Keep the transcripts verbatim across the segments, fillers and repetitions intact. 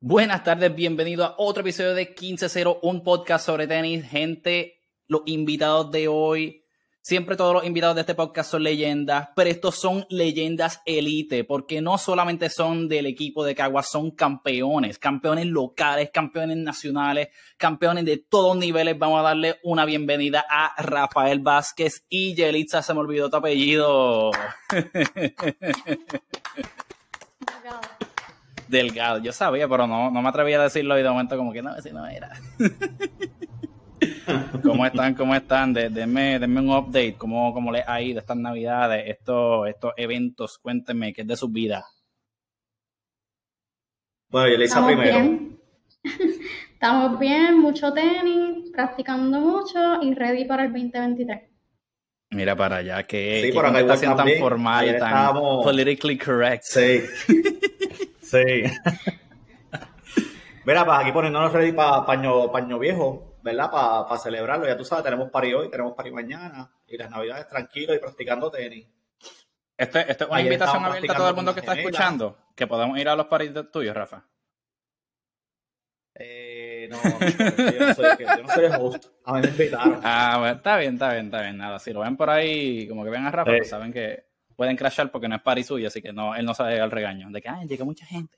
Buenas tardes, bienvenido a otro episodio de quince cero, un podcast sobre tenis. Gente, los invitados de hoy, siempre todos los invitados de este podcast son leyendas, pero estos son leyendas elite, porque no solamente son del equipo de Caguas, son campeones, campeones locales, campeones nacionales, campeones de todos niveles. Vamos a darle una bienvenida a Rafael Vázquez y Yelitza, se me olvidó tu apellido. Delgado, yo sabía, pero no, no me atrevía a decirlo y de momento como que no, si no era. ¿Cómo están? ¿Cómo están? De, denme, denme un update, ¿cómo, cómo les ha ido estas navidades, estos, estos eventos? Cuéntenme, ¿qué es de sus vidas? Bueno, Yelitza primero. Bien. Estamos bien, mucho tenis, practicando mucho y ready para el veinte veintitrés. Mira para allá, que, Sí, que por acá contestación tan también. formal, Ayer tan estábamos... politically correct. Sí. Sí. Mira, pues aquí poniéndonos ready para paño, paño viejo, ¿verdad? Para pa celebrarlo. Ya tú sabes, tenemos party hoy, tenemos party mañana y las navidades tranquilos y practicando tenis. Este, este es una Ayer invitación estábamos abierta a todo el mundo que está practicando escuchando, que podemos ir a los parties tuyos, Rafa. Eh, no, no, yo no soy, yo no soy el host. A mí me invitaron. Ah, bueno, está bien, está bien, está bien. Nada, si lo ven por ahí, como que ven a Rafa, Sí. pues saben que pueden crashar porque no es party suyo, así que no, él no sabe el regaño. De que, ay, llega mucha gente.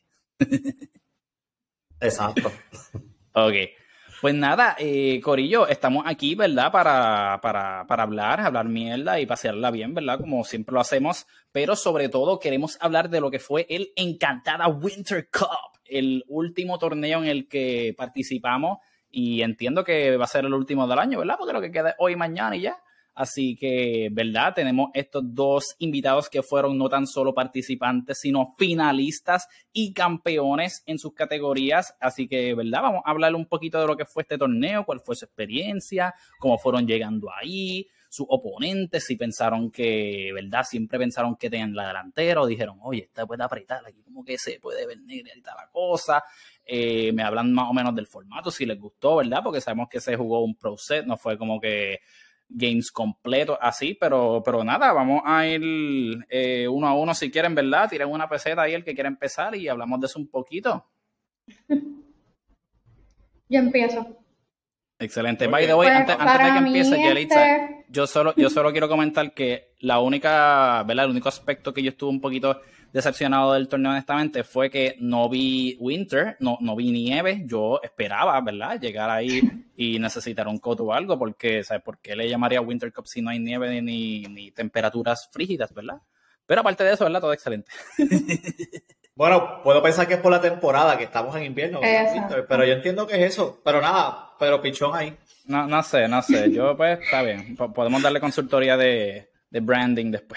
Exacto. Ok. Pues nada, eh, Corillo, estamos aquí, ¿verdad? Para, para, para hablar, hablar mierda y pasearla bien, ¿verdad? Como siempre lo hacemos. Pero sobre todo queremos hablar de lo que fue el Encantada Winter Cup, el último torneo en el que participamos. Y entiendo que va a ser el último del año, ¿verdad? Porque lo que queda es hoy y mañana y ya. Así que, ¿verdad? Tenemos estos dos invitados que fueron no tan solo participantes, sino finalistas y campeones en sus categorías. Así que, ¿verdad? Vamos a hablar un poquito de lo que fue este torneo, cuál fue su experiencia, cómo fueron llegando ahí, sus oponentes, si pensaron que, ¿verdad? Siempre pensaron que tenían la delantera o dijeron, oye, esta puede apretar aquí, como que se puede ver negra y tal la cosa. Eh, me hablan más o menos del formato, si les gustó, ¿verdad? Porque sabemos que se jugó un pro set, no fue como que games completos así, pero, pero nada, vamos a ir eh, uno a uno si quieren, ¿verdad? Tiren una peseta ahí el que quiera empezar y hablamos de eso un poquito. Yo empiezo. Excelente. Muy By bien. the way, Pues, antes, antes de para que mí, empiece, Yelitza, este- yo solo, yo solo quiero comentar que la única, ¿verdad? El único aspecto que yo estuve un poquito decepcionado del torneo, honestamente, fue que no vi winter, no, no vi nieve. Yo esperaba, ¿verdad? Llegar ahí y necesitar un coat o algo, porque, ¿sabes? ¿Por qué le llamaría Winter Cup si no hay nieve ni, ni temperaturas frígidas, ¿verdad? Pero aparte de eso, ¿verdad? Todo excelente. Bueno, puedo pensar que es por la temporada, que estamos en invierno, ¿verdad, Exacto. Víctor? Pero yo entiendo que es eso. Pero nada, pero pichón ahí. No, no sé, no sé. Yo, pues, está bien. P- podemos darle consultoría de, de branding después.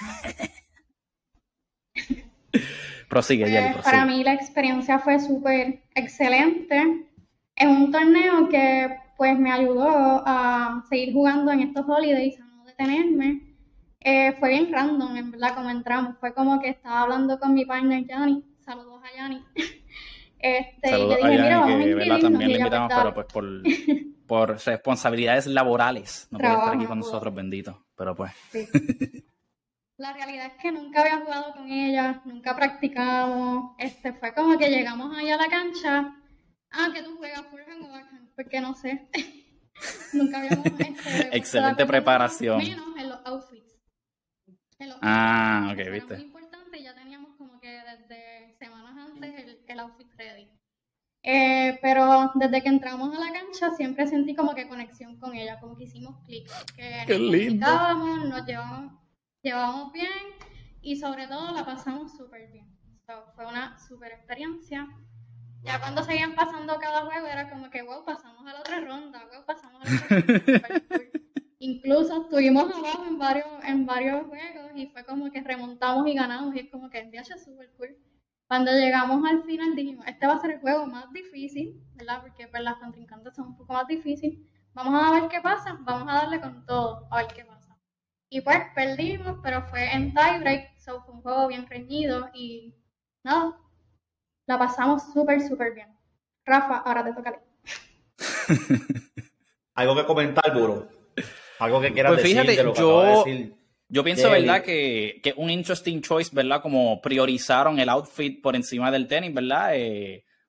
Prosigue, Yeli, pues, prosigue. para mí la experiencia fue súper excelente. Es un torneo que pues me ayudó a seguir jugando en estos holidays, a no detenerme. Eh, fue bien random, en verdad, como entramos. Fue como que estaba hablando con mi partner Yanni. Saludos a Yanni. Este, Saludos y a le dije, mira, vamos a Yanni, que, ¿verdad? inscribirnos. También Y le ella, invitamos, pues, pero dale. pues por, por responsabilidades laborales. No puede estar aquí con Trabajo. nosotros, bendito. Pero pues. Sí. La realidad es que nunca había jugado con ella, nunca practicamos. Este, fue como que llegamos ahí a la cancha. Ah, que tú juegas forehand o backhand, porque no sé. Nunca habíamos este, puesto de Excelente acuerdo preparación. menos en los outfits. En los Ah, outfits, ok, eso era viste. muy importante, ya teníamos como que desde semanas antes el, el outfit ready. Eh, pero desde que entramos a la cancha siempre sentí como que conexión con ella, como que hicimos clic, que Qué nos lindo. comunicábamos, nos llevábamos, llevábamos bien y sobre todo la pasamos súper bien. So, fue una súper experiencia. Ya cuando seguían pasando cada juego era como que, wow, pasamos a la otra ronda, wow, pasamos a la otra ronda. Super cool. Incluso estuvimos abajo en varios, en varios juegos y fue como que remontamos y ganamos y es como que el día es súper cool. Cuando llegamos al final dijimos, este va a ser el juego más difícil, ¿verdad? Porque pues las contrincantes son un poco más difíciles. Vamos a ver qué pasa, vamos a darle con todo, a ver qué pasa. Y pues perdimos, pero fue en tiebreak, so fue un juego bien reñido y nada, la pasamos súper, súper bien. Rafa, ahora te toca a ti. Algo que comentar, Buro. Algo que quieras Pues decir fíjate, de lo que yo- acaba de decir. Yo pienso, Yeli. ¿verdad? Que, que un interesting choice, ¿verdad? Como priorizaron el outfit por encima del tenis, ¿verdad? Eh,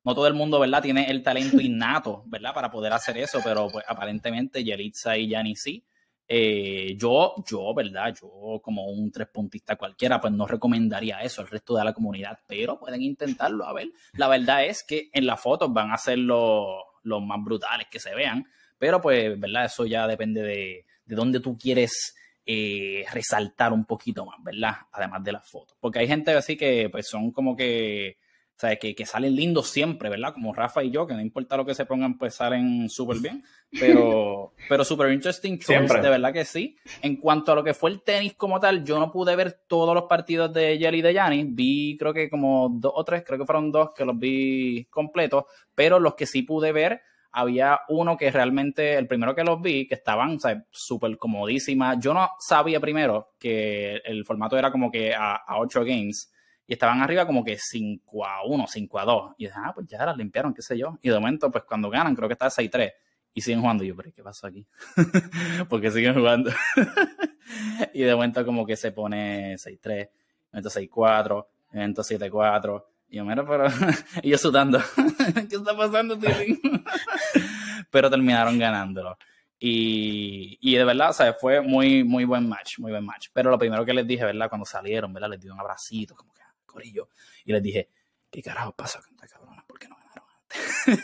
no todo el mundo, ¿verdad? Tiene el talento innato, ¿verdad? Para poder hacer eso, pero pues aparentemente Yelitza y Yanni sí. Eh, yo, yo, ¿verdad? Yo como un tres puntista cualquiera, pues no recomendaría eso al resto de la comunidad, pero pueden intentarlo, a ver. La verdad es que en las fotos van a ser los, los más brutales que se vean, pero pues, ¿verdad? Eso ya depende de, de dónde tú quieres eh, resaltar un poquito más, ¿verdad? Además de las fotos. Porque hay gente así que pues son como que, o sea, que, que salen lindos siempre, ¿verdad? Como Rafa y yo, que no importa lo que se pongan, pues salen súper bien. Pero, pero súper interesting choice, siempre. De verdad que sí. En cuanto a lo que fue el tenis como tal, yo no pude ver todos los partidos de Jelly y de Yanni. Vi creo que como dos o tres, creo que fueron dos que los vi completos. Pero los que sí pude ver, había uno que realmente, el primero que los vi, que estaban, o sea, súper comodísimas. Yo no sabía primero que el formato era como que a, a ocho games. Y estaban arriba como que cinco a uno, cinco a dos. Y dije, ah, pues ya las limpiaron, qué sé yo. Y de momento, pues cuando ganan, creo que está seis tres. Y siguen jugando. Y yo, pero ¿qué pasó aquí? Porque siguen jugando. Y de momento como que se pone seis tres, de momento seis cuatro, de momento siete cuatro. Y yo, mira, pero... y yo sudando. ¿Qué está pasando, tío? Pero terminaron ganándolo. Y, y de verdad, o sea, fue muy, muy buen match, muy buen match. Pero lo primero que les dije, ¿verdad? Cuando salieron, ¿verdad? Les di un abracito, como que, corillo. Y les dije, ¿qué carajo pasa con esta cabrona? ¿Por qué no ganaron antes?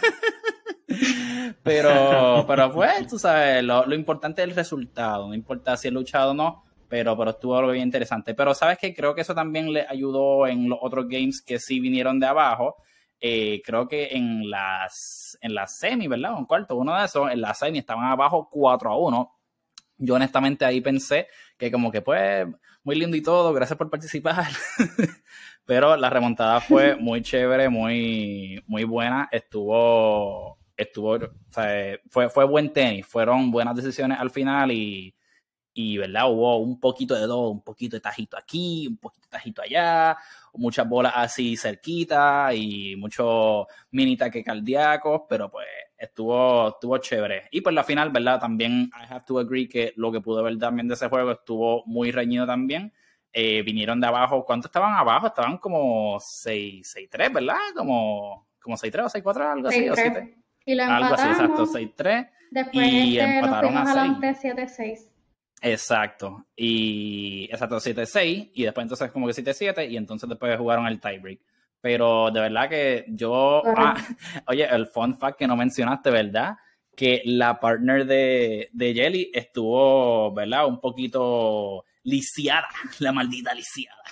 pero, pero pues, tú sabes, lo, lo importante es el resultado. No importa si he luchado o no, pero, pero estuvo algo bien interesante. Pero, ¿sabes qué? Creo que eso también le ayudó en los otros games que sí vinieron de abajo. Eh, creo que en las, en las semi, ¿verdad? Un cuarto, uno de esos, en la semi estaban abajo cuatro a uno. Yo honestamente ahí pensé que como que pues muy lindo y todo, gracias por participar. Pero la remontada fue muy chévere, muy, muy buena. Estuvo, estuvo, o sea, fue, fue buen tenis, fueron buenas decisiones al final y, y ¿verdad? Hubo un poquito de todo, un poquito de tajito aquí, un poquito de tajito allá, muchas bolas así cerquita y muchos mini taques cardíacos, pero pues estuvo, estuvo chévere. Y pues la final, ¿verdad? También I have to agree que lo que pude ver también de ese juego estuvo muy reñido también. Eh, vinieron de abajo, ¿cuánto estaban abajo? Estaban como seis tres, ¿verdad? Como, como seis tres o seis cuatro, algo así. O siete. Y lo algo así, exacto, seis tres. Después y este, empataron nos a adelante siete seis. Exacto, y exacto, siete seis, y después entonces como que siete siete, y entonces después jugaron el tiebreak. Pero de verdad que yo... Ah, oye, el fun fact que no mencionaste, ¿verdad? Que la partner de, de Jelly estuvo, ¿verdad? Un poquito lisiada, la maldita lisiada.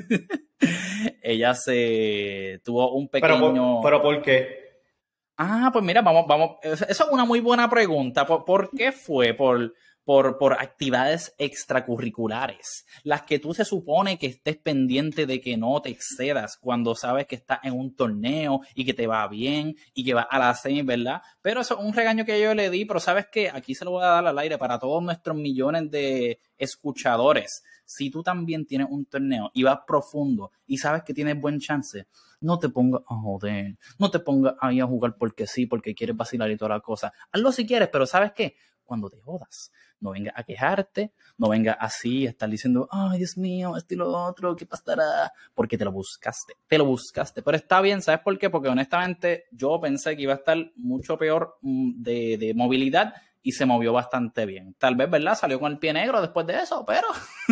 Ella se... tuvo un pequeño... ¿Pero por, pero por qué? Ah, pues mira, vamos, vamos... Eso es una muy buena pregunta. ¿Por, por qué fue? Por... Por, por actividades extracurriculares, las que tú se supone que estés pendiente de que no te excedas cuando sabes que estás en un torneo y que te va bien y que vas a la semi, ¿verdad? Pero eso es un regaño que yo le di, pero sabes que aquí se lo voy a dar al aire para todos nuestros millones de escuchadores. Si tú también tienes un torneo y vas profundo y sabes que tienes buen chance, no te pongas a joder, no te pongas ahí a jugar porque sí, porque quieres vacilar y toda la cosa. Hazlo si quieres, pero ¿sabes qué? Cuando te jodas, no vengas a quejarte, no vengas así a estar diciendo, ay, Dios mío, esto y lo otro, ¿qué pasará? Porque te lo buscaste, te lo buscaste. Pero está bien, ¿sabes por qué? Porque honestamente yo pensé que iba a estar mucho peor de, de movilidad y se movió bastante bien. Tal vez, ¿verdad? Salió con el pie negro después de eso, pero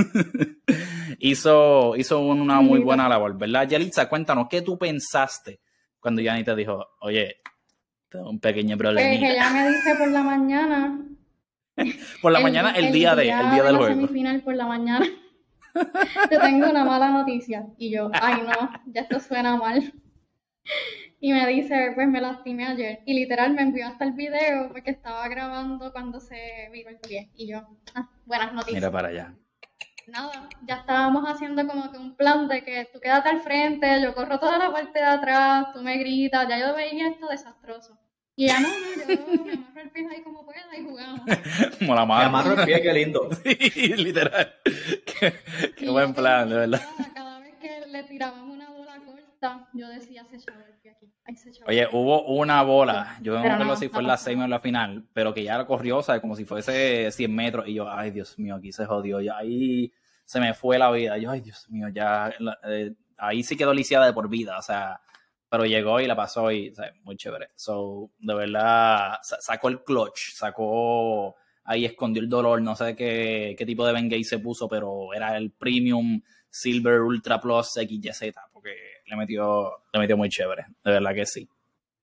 hizo, hizo una muy buena labor, ¿verdad? Yelitza, cuéntanos, ¿qué tú pensaste cuando Yanni te dijo, oye, tengo un pequeño problema? Pues ella me dice por la mañana... Por la el, mañana, el, el día, de, el día del juego. La semifinal por la mañana. Te tengo una mala noticia. Y yo, ay no, ya esto suena mal. Y me dice, pues me lastimé ayer. Y literal me envió hasta el video porque estaba grabando cuando se viró el pie. Y yo, ah, buenas noticias. Mira para allá. Nada, ya estábamos haciendo como que un plan de que tú quédate al frente, yo corro toda la parte de atrás, tú me gritas, ya yo veía esto desastroso. Y ya no, no, yo me amarro el pie ahí como pueda y jugamos. Como la me amarro el pie, qué lindo. Sí, literal. Qué, qué buen plan, de verdad. Cada, cada vez que le tirábamos una bola corta, yo decía, se echaba el pie aquí. Ay, se echaba Oye, el pie. Hubo una bola, yo no recuerdo no, si no fue en la semi o en la final, pero que ya la corrió, o sea, como si fuese cien metros, y yo, ay, Dios mío, aquí se jodió, ya ahí se me fue la vida, yo, ay, Dios mío, ya, eh, ahí sí quedó lisiada de por vida, o sea, pero llegó y la pasó y, ¿sabes? Muy chévere. So, de verdad, sacó el clutch, sacó, ahí escondió el dolor, no sé qué, qué tipo de Bengay se puso, pero era el Premium Silver Ultra Plus X Y Z, porque le metió, le metió muy chévere, de verdad que sí.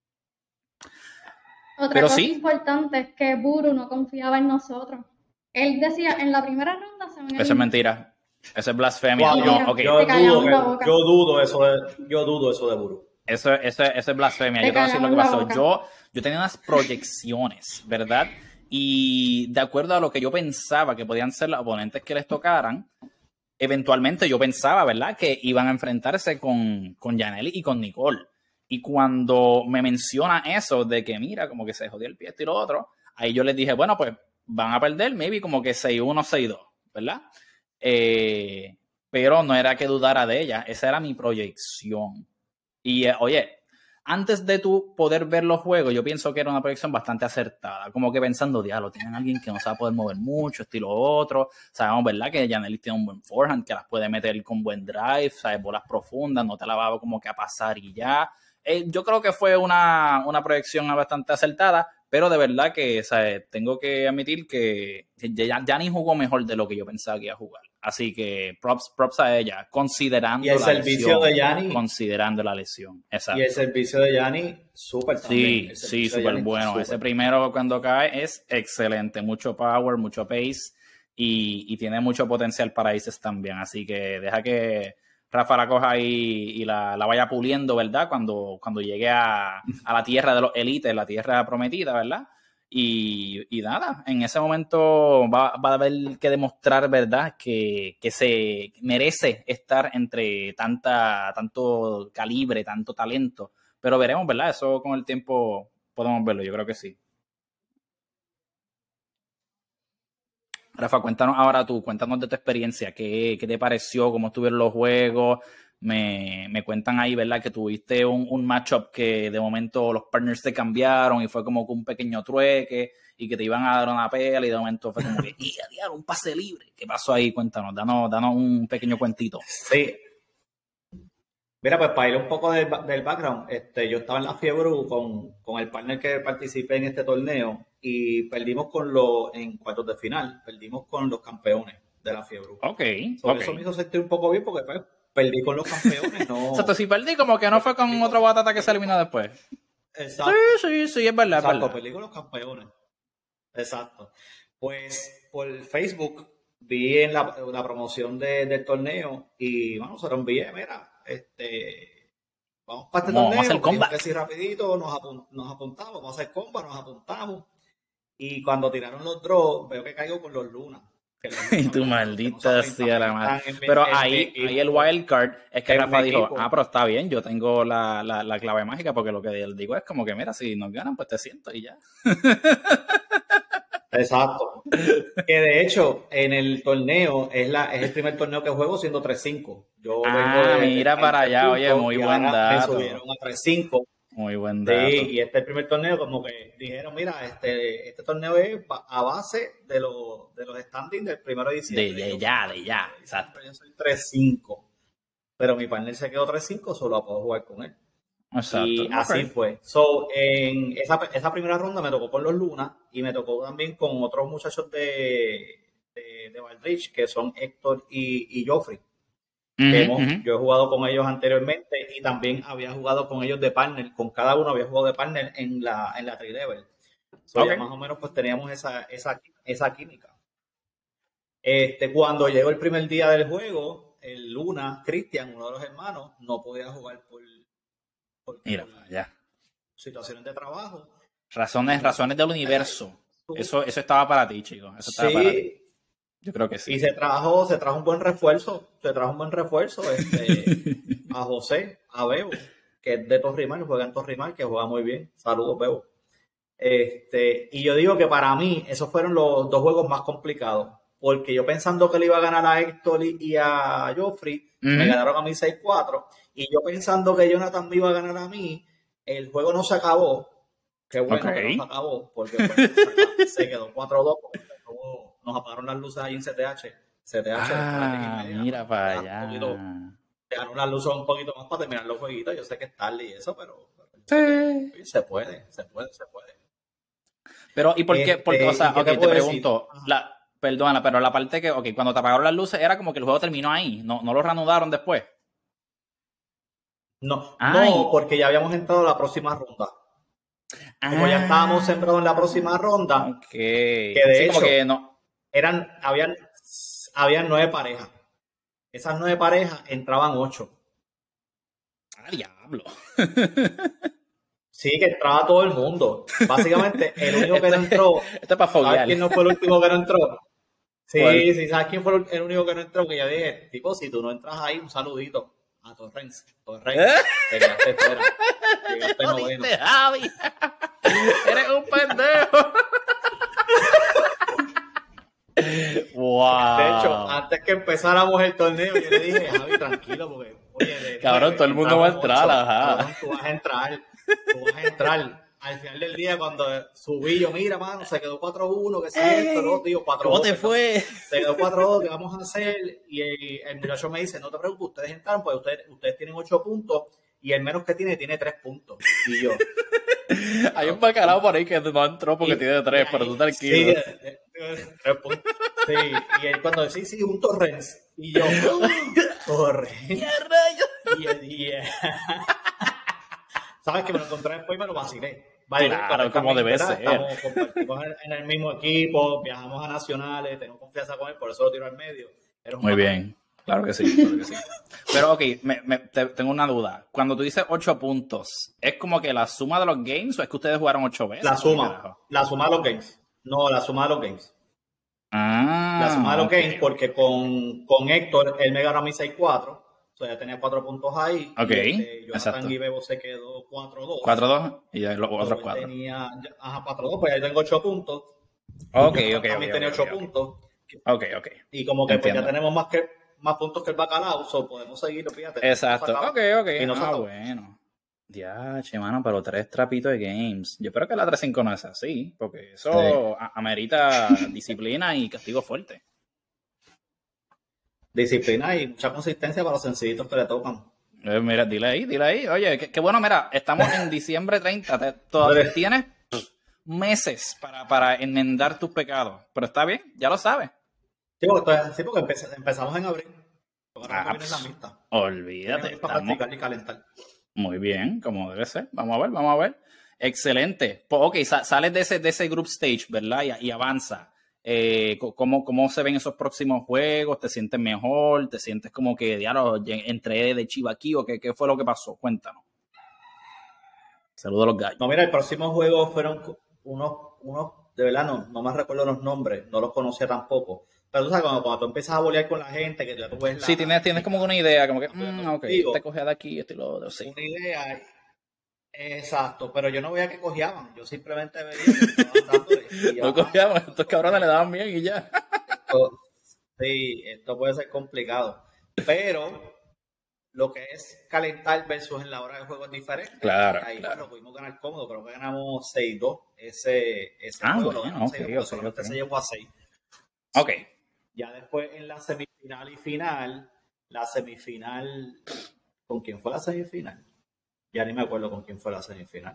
Otra Pero cosa sí. importante es que Buru no confiaba en nosotros. Él decía, en la primera ronda se venía... Eso es mentira. Eso es blasfemia. Wow, yo, yo, okay. yo, dudo que, yo dudo eso de, yo dudo eso de Buru. Eso, eso, eso es blasfemia. Te yo te voy a decir lo que pasó. Yo, yo tenía unas proyecciones, ¿verdad? Y de acuerdo a lo que yo pensaba que podían ser los oponentes que les tocaran, eventualmente yo pensaba, ¿verdad?, que iban a enfrentarse con, con Yaneli y con Nicole. Y cuando me menciona eso de que, mira, como que se jodió el pie y lo otro, ahí yo les dije, bueno, pues van a perder, maybe como que seis uno, seis dos, ¿verdad? Eh, pero no era que dudara de ella, esa era mi proyección. Y eh, oye, antes de tú poder ver los juegos, yo pienso que era una proyección bastante acertada, como que pensando, diablo, tienen alguien que no se va a poder mover mucho, estilo otro, sabemos, ¿verdad?, que Yaneli tiene un buen forehand, que las puede meter con buen drive, sabes, bolas profundas, no te la va como que a pasar y ya. Eh, yo creo que fue una, una proyección bastante acertada, pero de verdad que, ¿sabes?, tengo que admitir que Yanni jugó mejor de lo que yo pensaba que iba a jugar. Así que props, props a ella, considerando y el la servicio lesión. De Yanni, considerando la lesión. Exacto. Y el servicio de Yanni, súper también. Sí, sí, súper bueno. Super. Ese primero cuando cae es excelente. Mucho power, mucho pace y, y tiene mucho potencial para aces también. Así que deja que Rafa la coja ahí y la, la vaya puliendo, ¿verdad? Cuando, cuando llegue a, a la tierra de los élites, la tierra prometida, ¿verdad? Y, y nada, en ese momento va, va a haber que demostrar, ¿verdad?, que, que se merece estar entre tanta, tanto calibre, tanto talento. Pero veremos, ¿verdad? Eso con el tiempo podemos verlo, yo creo que sí. Rafa, cuéntanos ahora tú, cuéntanos de tu experiencia, qué, qué te pareció, cómo estuvieron los juegos. Me, me cuentan ahí, ¿verdad?, que tuviste un, un matchup que de momento los partners te cambiaron y fue como un pequeño trueque y que te iban a dar una pelea y de momento fue como que, ¡ya, diablo, un pase libre! ¿Qué pasó ahí? Cuéntanos, danos, danos un pequeño cuentito. Sí. Mira, pues para ir un poco del, del background, este, yo estaba en la Fiebre con, con el partner que participé en este torneo y perdimos con los, en cuartos de final, perdimos con los campeones de la Fiebre. Ok, Sobre okay. Eso me hizo sentir un poco bien porque pues, perdí con los campeones, no... O sea, si perdí, como que no fue con perdí otro batata que se eliminó después. Exacto. Sí, sí, sí, es verdad, Exacto, es verdad. perdí con los campeones. Exacto. Pues por Facebook vi en la, la promoción de, del torneo y, bueno, se lo envié, mira, este, vamos para este vamos, torneo, vamos a hacer combat. que sí rapidito, nos, apun, nos apuntamos, vamos a hacer combat, nos apuntamos. Y cuando tiraron los draws, veo que caigo con los lunas. Y tu maldita sea la madre. Pero en, ahí, en, ahí el wild card es que Rafa dijo, equipo. ah, pero está bien, yo tengo la, la, la clave mágica, porque lo que él digo es como que, mira, si nos ganan, pues te siento y ya. Exacto. Que de hecho, en el torneo, es, la, es el primer torneo que juego siendo tres cinco. Yo ah, vengo de, mira de para allá, oye, muy buen dato. Me subieron a tres cinco. Muy buen dato. Sí, y este es el primer torneo, como que dijeron, mira, este, este torneo es a base de, lo, de los standings del primero de diciembre. De, de ya, de ya, exacto. Yo soy tres cinco, pero mi partner se quedó tres cinco, solo puedo jugar con él. Exacto. Y okay. así fue. So, en esa, esa primera ronda me tocó con los Luna y me tocó también con otros muchachos de, de, de Valdrich, que son Héctor y, y Joffrey. Uh-huh, hemos, uh-huh. Yo he jugado con ellos anteriormente y también había jugado con ellos de partner, con cada uno había jugado de partner en la, en la tri-level. So, okay. Ya más o menos pues teníamos esa, esa, esa química. Este, cuando llegó el primer día del juego, el Luna, Cristian, uno de los hermanos, no podía jugar por, por, Mira, por ya. situaciones de trabajo. Razones, razones del universo. Eso, eso estaba para ti, chicos. Eso estaba sí. para ti. Yo creo que sí. Y se trajo, se trajo un buen refuerzo, se trajo un buen refuerzo este, a José, a Bebo, que es de Torrimal, juega en Torrimal, que juega muy bien. Saludos, Bebo. Este, y yo digo que para mí esos fueron los dos juegos más complicados, porque yo pensando que le iba a ganar a Héctor y a Joffrey, mm-hmm. me ganaron a mí seis cuatro, y yo pensando que Jonathan me iba a ganar a mí, el juego no se acabó. Qué bueno okay. que no se acabó, porque pues, se quedó cuatro dos, porque nos apagaron las luces ahí en C T H. C T H ah, mira para allá. Poquito, dejaron las luces un poquito más para terminar los jueguitos. Yo sé que es tarde y eso, pero, Sí. pero se puede, se puede, se puede. Pero, ¿y por qué? Este, Porque, o sea, ¿y qué ok, te te, puedo pregunto, la, perdona, pero la parte que, ok, cuando te apagaron las luces era como que el juego terminó ahí, no, no lo reanudaron después. No, Ay. no, porque ya habíamos entrado a la próxima ronda. Como Ah, ya estábamos sembrados en la próxima ronda, ok. que de Sí, hecho como que no. eran, habían, habían nueve parejas. Esas nueve parejas entraban ocho. Ah, diablo. Sí, que entraba todo el mundo. Básicamente, el único que no entró. Esto es para foguear. ¿Sabes quién no fue el último que no entró? Sí, ¿Cuál? sí, ¿sabes quién fue el único que no entró? Que yo dije, tipo, si tú no entras ahí, un saludito a Torrens. Torrens, te quedaste fuera. Llegaste noveno. Jodiste, Javi. Eres un pendejo. Wow. De hecho, antes que empezáramos el torneo, yo le dije, Javi, tranquilo, porque, oye, de, Cabrón, todo el mundo va a entrar, ocho, ajá. cabrón, tú vas a entrar, tú vas a entrar. Al final del día, cuando subí, yo, mira, mano, se quedó cuatro uno, que si esto, no, digo, cuatro dos. ¿Cómo te fue? Se quedó cuatro dos, ¿qué vamos a hacer? Y el, el muchacho me dice, no te preocupes, ustedes entraron, pues ustedes, ustedes tienen ocho puntos, y el menos que tiene, tiene tres puntos. Y yo... Hay un bacalao por ahí que no entró porque y, tiene tres, pero tú tranquilo. Sí, tres puntos. Sí, y él cuando dice, sí, sí, un Torrens. Y yo, Torrens. ¡Qué rayos! Y él, y él. ¿Sabes que me lo encontré después y me lo vacilé? Vale, claro, como debe ser. Estamos, compartimos en el mismo equipo, viajamos a nacionales, tengo confianza con él, por eso lo tiro al medio. Muy bien, claro que sí, claro que sí. Pero ok, me, me, te, tengo una duda. Cuando tú dices ocho puntos, ¿es como que la suma de los games o es que ustedes jugaron ocho veces? La suma, la suma de los games. No, la suma de los games. Ah, la suma de los okay. games, porque con, con Héctor, él me ganó a mí seis cuatro. O sea, ya tenía cuatro puntos ahí. Ok, y este, exacto. Y Bebo se quedó cuatro dos. cuatro dos y los otros cuatro. Tenía, ajá, cuatro dos, pues ahí tengo ocho puntos. Ok, yo ok, también ok. tenía ocho okay, puntos. Ok, ok. Y como que pues, ya tenemos más que más puntos que el bacalao, so podemos seguir, fíjate. Exacto, ok, ok. Y no ah, bueno. Diache, mano, pero tres trapitos de games. Yo espero que la tres cinco no es así, porque eso sí. amerita disciplina y castigo fuerte. Disciplina y mucha consistencia para los sencillitos que le tocan. Eh, mira, dile ahí, dile ahí. Oye, qué, qué bueno, mira, estamos en diciembre treinta. Te, todavía tienes meses para, para enmendar tus pecados. Pero está bien, ya lo sabes. Sí, porque, sí, porque empezamos, empezamos en abril. Ah, pues, la olvídate. Para practicar y calentar. Muy bien, como debe ser. Vamos a ver, vamos a ver. Excelente. Pues, ok, sales de ese, de ese group stage, ¿verdad? Y, y avanza. Eh, ¿cómo, ¿Cómo se ven esos próximos juegos? ¿Te sientes mejor? ¿Te sientes como que, diablo, entré de chivaquí o qué, qué fue lo que pasó? Cuéntanos. Saludos a los gallos. No, mira, el próximo juego fueron unos, unos de verdad, no, no me recuerdo los nombres, no los conocía tampoco. Pero tú sabes, cuando, cuando tú empiezas a bolear con la gente, que ya tú ves la... Sí, tienes, tienes como una idea, como que, mm, ok, digo, te cogía de aquí, esto y lo otro, sí. Una idea, exacto, pero yo no veía que cogían, yo simplemente veía que estaban dándole. Y no cogían, estos cabrones le daban bien y ya. Esto, sí, esto puede ser complicado, pero lo que es calentar versus en la hora del juego es diferente. Claro, ahí claro. Bueno, pudimos ganar cómodo, creo que ganamos seis dos ese, ese ah, juego. Bueno, ok, okay, solamente okay. se llevó a seis. Ok. Ya después en la semifinal y final, la semifinal, ¿con quién fue la semifinal? Ya ni me acuerdo con quién fue la semifinal.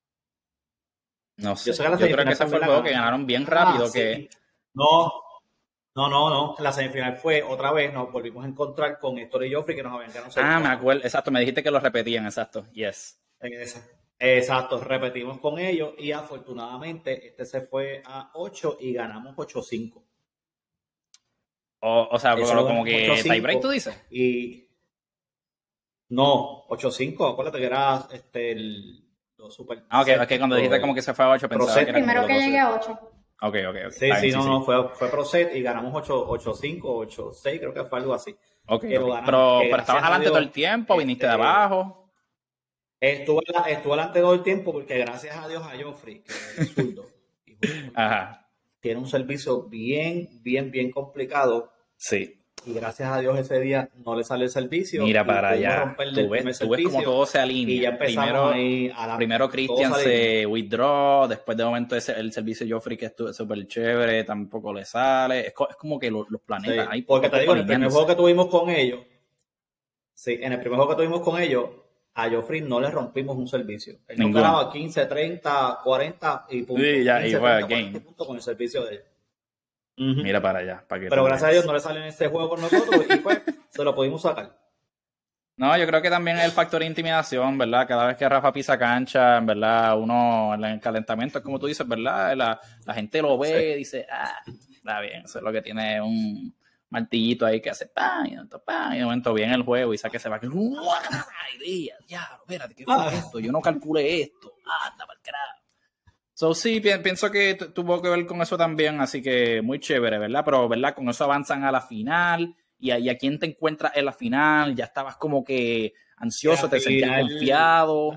No sé, yo, sé que la yo creo que ese fue el juego que ganaron bien rápido. Ah, que... sí. No, no, no, no. La semifinal fue otra vez, nos volvimos a encontrar con Héctor y Joffrey que nos habían ganado. Ah, me acuerdo, exacto, me dijiste que lo repetían, exacto, yes. Exacto, repetimos con ellos y afortunadamente este se fue a ocho y ganamos ocho cinco. O, o sea, como, como que tiebreak tú dices. Y no, ocho cinco, acuérdate que era este el los super. Ah, ok, es que cuando dijiste como que se fue a ocho pensaba que era primero como que llegué a ocho. Ok, ok, ok. Sí, sí, no, sí, no, sí. fue, fue pro set y ganamos ocho cinco, ocho seis, creo que fue algo así. Ok, pero, okay. pero, pero estabas adelante todo el tiempo, viniste este, de abajo. Estuve, estuve adelante todo el tiempo porque gracias a Dios a Joffrey, que es zurdo, Ajá. tiene un servicio bien, bien, bien complicado. Sí. Y gracias a Dios ese día no le sale el servicio. Mira para allá. Tú ves, tú ves como todo se alinea. Y ya primero, ahí a la, primero Christian se withdraw, después de momento ese, el servicio de Joffrey que es súper chévere, tampoco le sale. Es, es como que los, los planetas. Sí, ahí porque te digo, en el primer juego que tuvimos con ellos, Sí, en el primer juego que tuvimos con ellos, a Joffrey no le rompimos un servicio. Él nos ganaba quince, treinta, cuarenta y puntos. Sí, ya, quince, y fue treinta, game. Puntos con el servicio de ellos. Uh-huh. Mira para allá. Para que Pero gracias a Dios no le salió en este juego con nosotros y pues se lo pudimos sacar. No, yo creo que también el factor de intimidación, ¿verdad? Cada vez que Rafa pisa cancha, en verdad, uno en el calentamiento, es como tú dices, ¿verdad? La, la gente lo ve sí. y dice, ah, está bien, eso es lo que tiene un martillito ahí que hace pan, y pan, y de momento viene el juego y saque se va que ¡ay, ya, espérate, ¿qué fue ah. esto? Yo no calculé esto, anda para el carajo. So, sí, pienso que tuvo que ver con eso también, así que muy chévere, ¿verdad? Pero, ¿verdad? Con eso avanzan a la final. Y a, y a quién te encuentras en la final, ya estabas como que ansioso, te sentías confiado.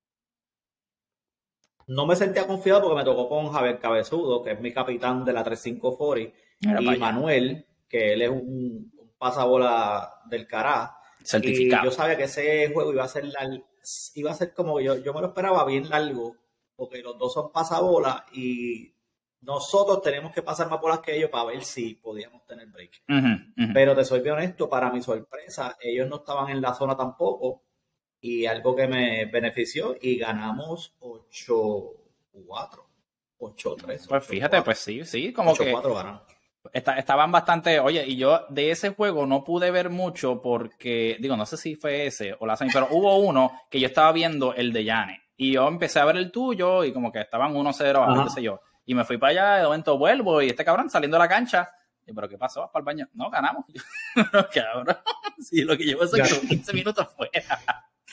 No me sentía confiado porque me tocó con Javier Cabezudo, que es mi capitán de la treinta y cinco cuarenta, y Manuel, que él es un, un pasabola del cará. Certificado. Y yo sabía que ese juego iba a ser largo, iba a ser como yo, yo me lo esperaba bien largo, porque los dos son pasabolas y nosotros tenemos que pasar más bolas que ellos para ver si podíamos tener break. Uh-huh, uh-huh. Pero te soy bien honesto, para mi sorpresa, ellos no estaban en la zona tampoco y algo que me benefició y ganamos ocho cuatro, ocho tres. Pues fíjate, cuatro. Pues sí, sí, como que está, estaban bastante, oye, y yo de ese juego no pude ver mucho porque, digo, no sé si fue ese o la semi, pero hubo uno que yo estaba viendo, el de Yane, y yo empecé a ver el tuyo y como que estaban uno cero, qué sé yo. Y me fui para allá, de momento vuelvo, y este cabrón saliendo de la cancha. Y, ¿pero qué pasó? ¿Vas para el baño? No, ganamos. No, cabrón. Sí, lo que llevo es que quince minutos fuera.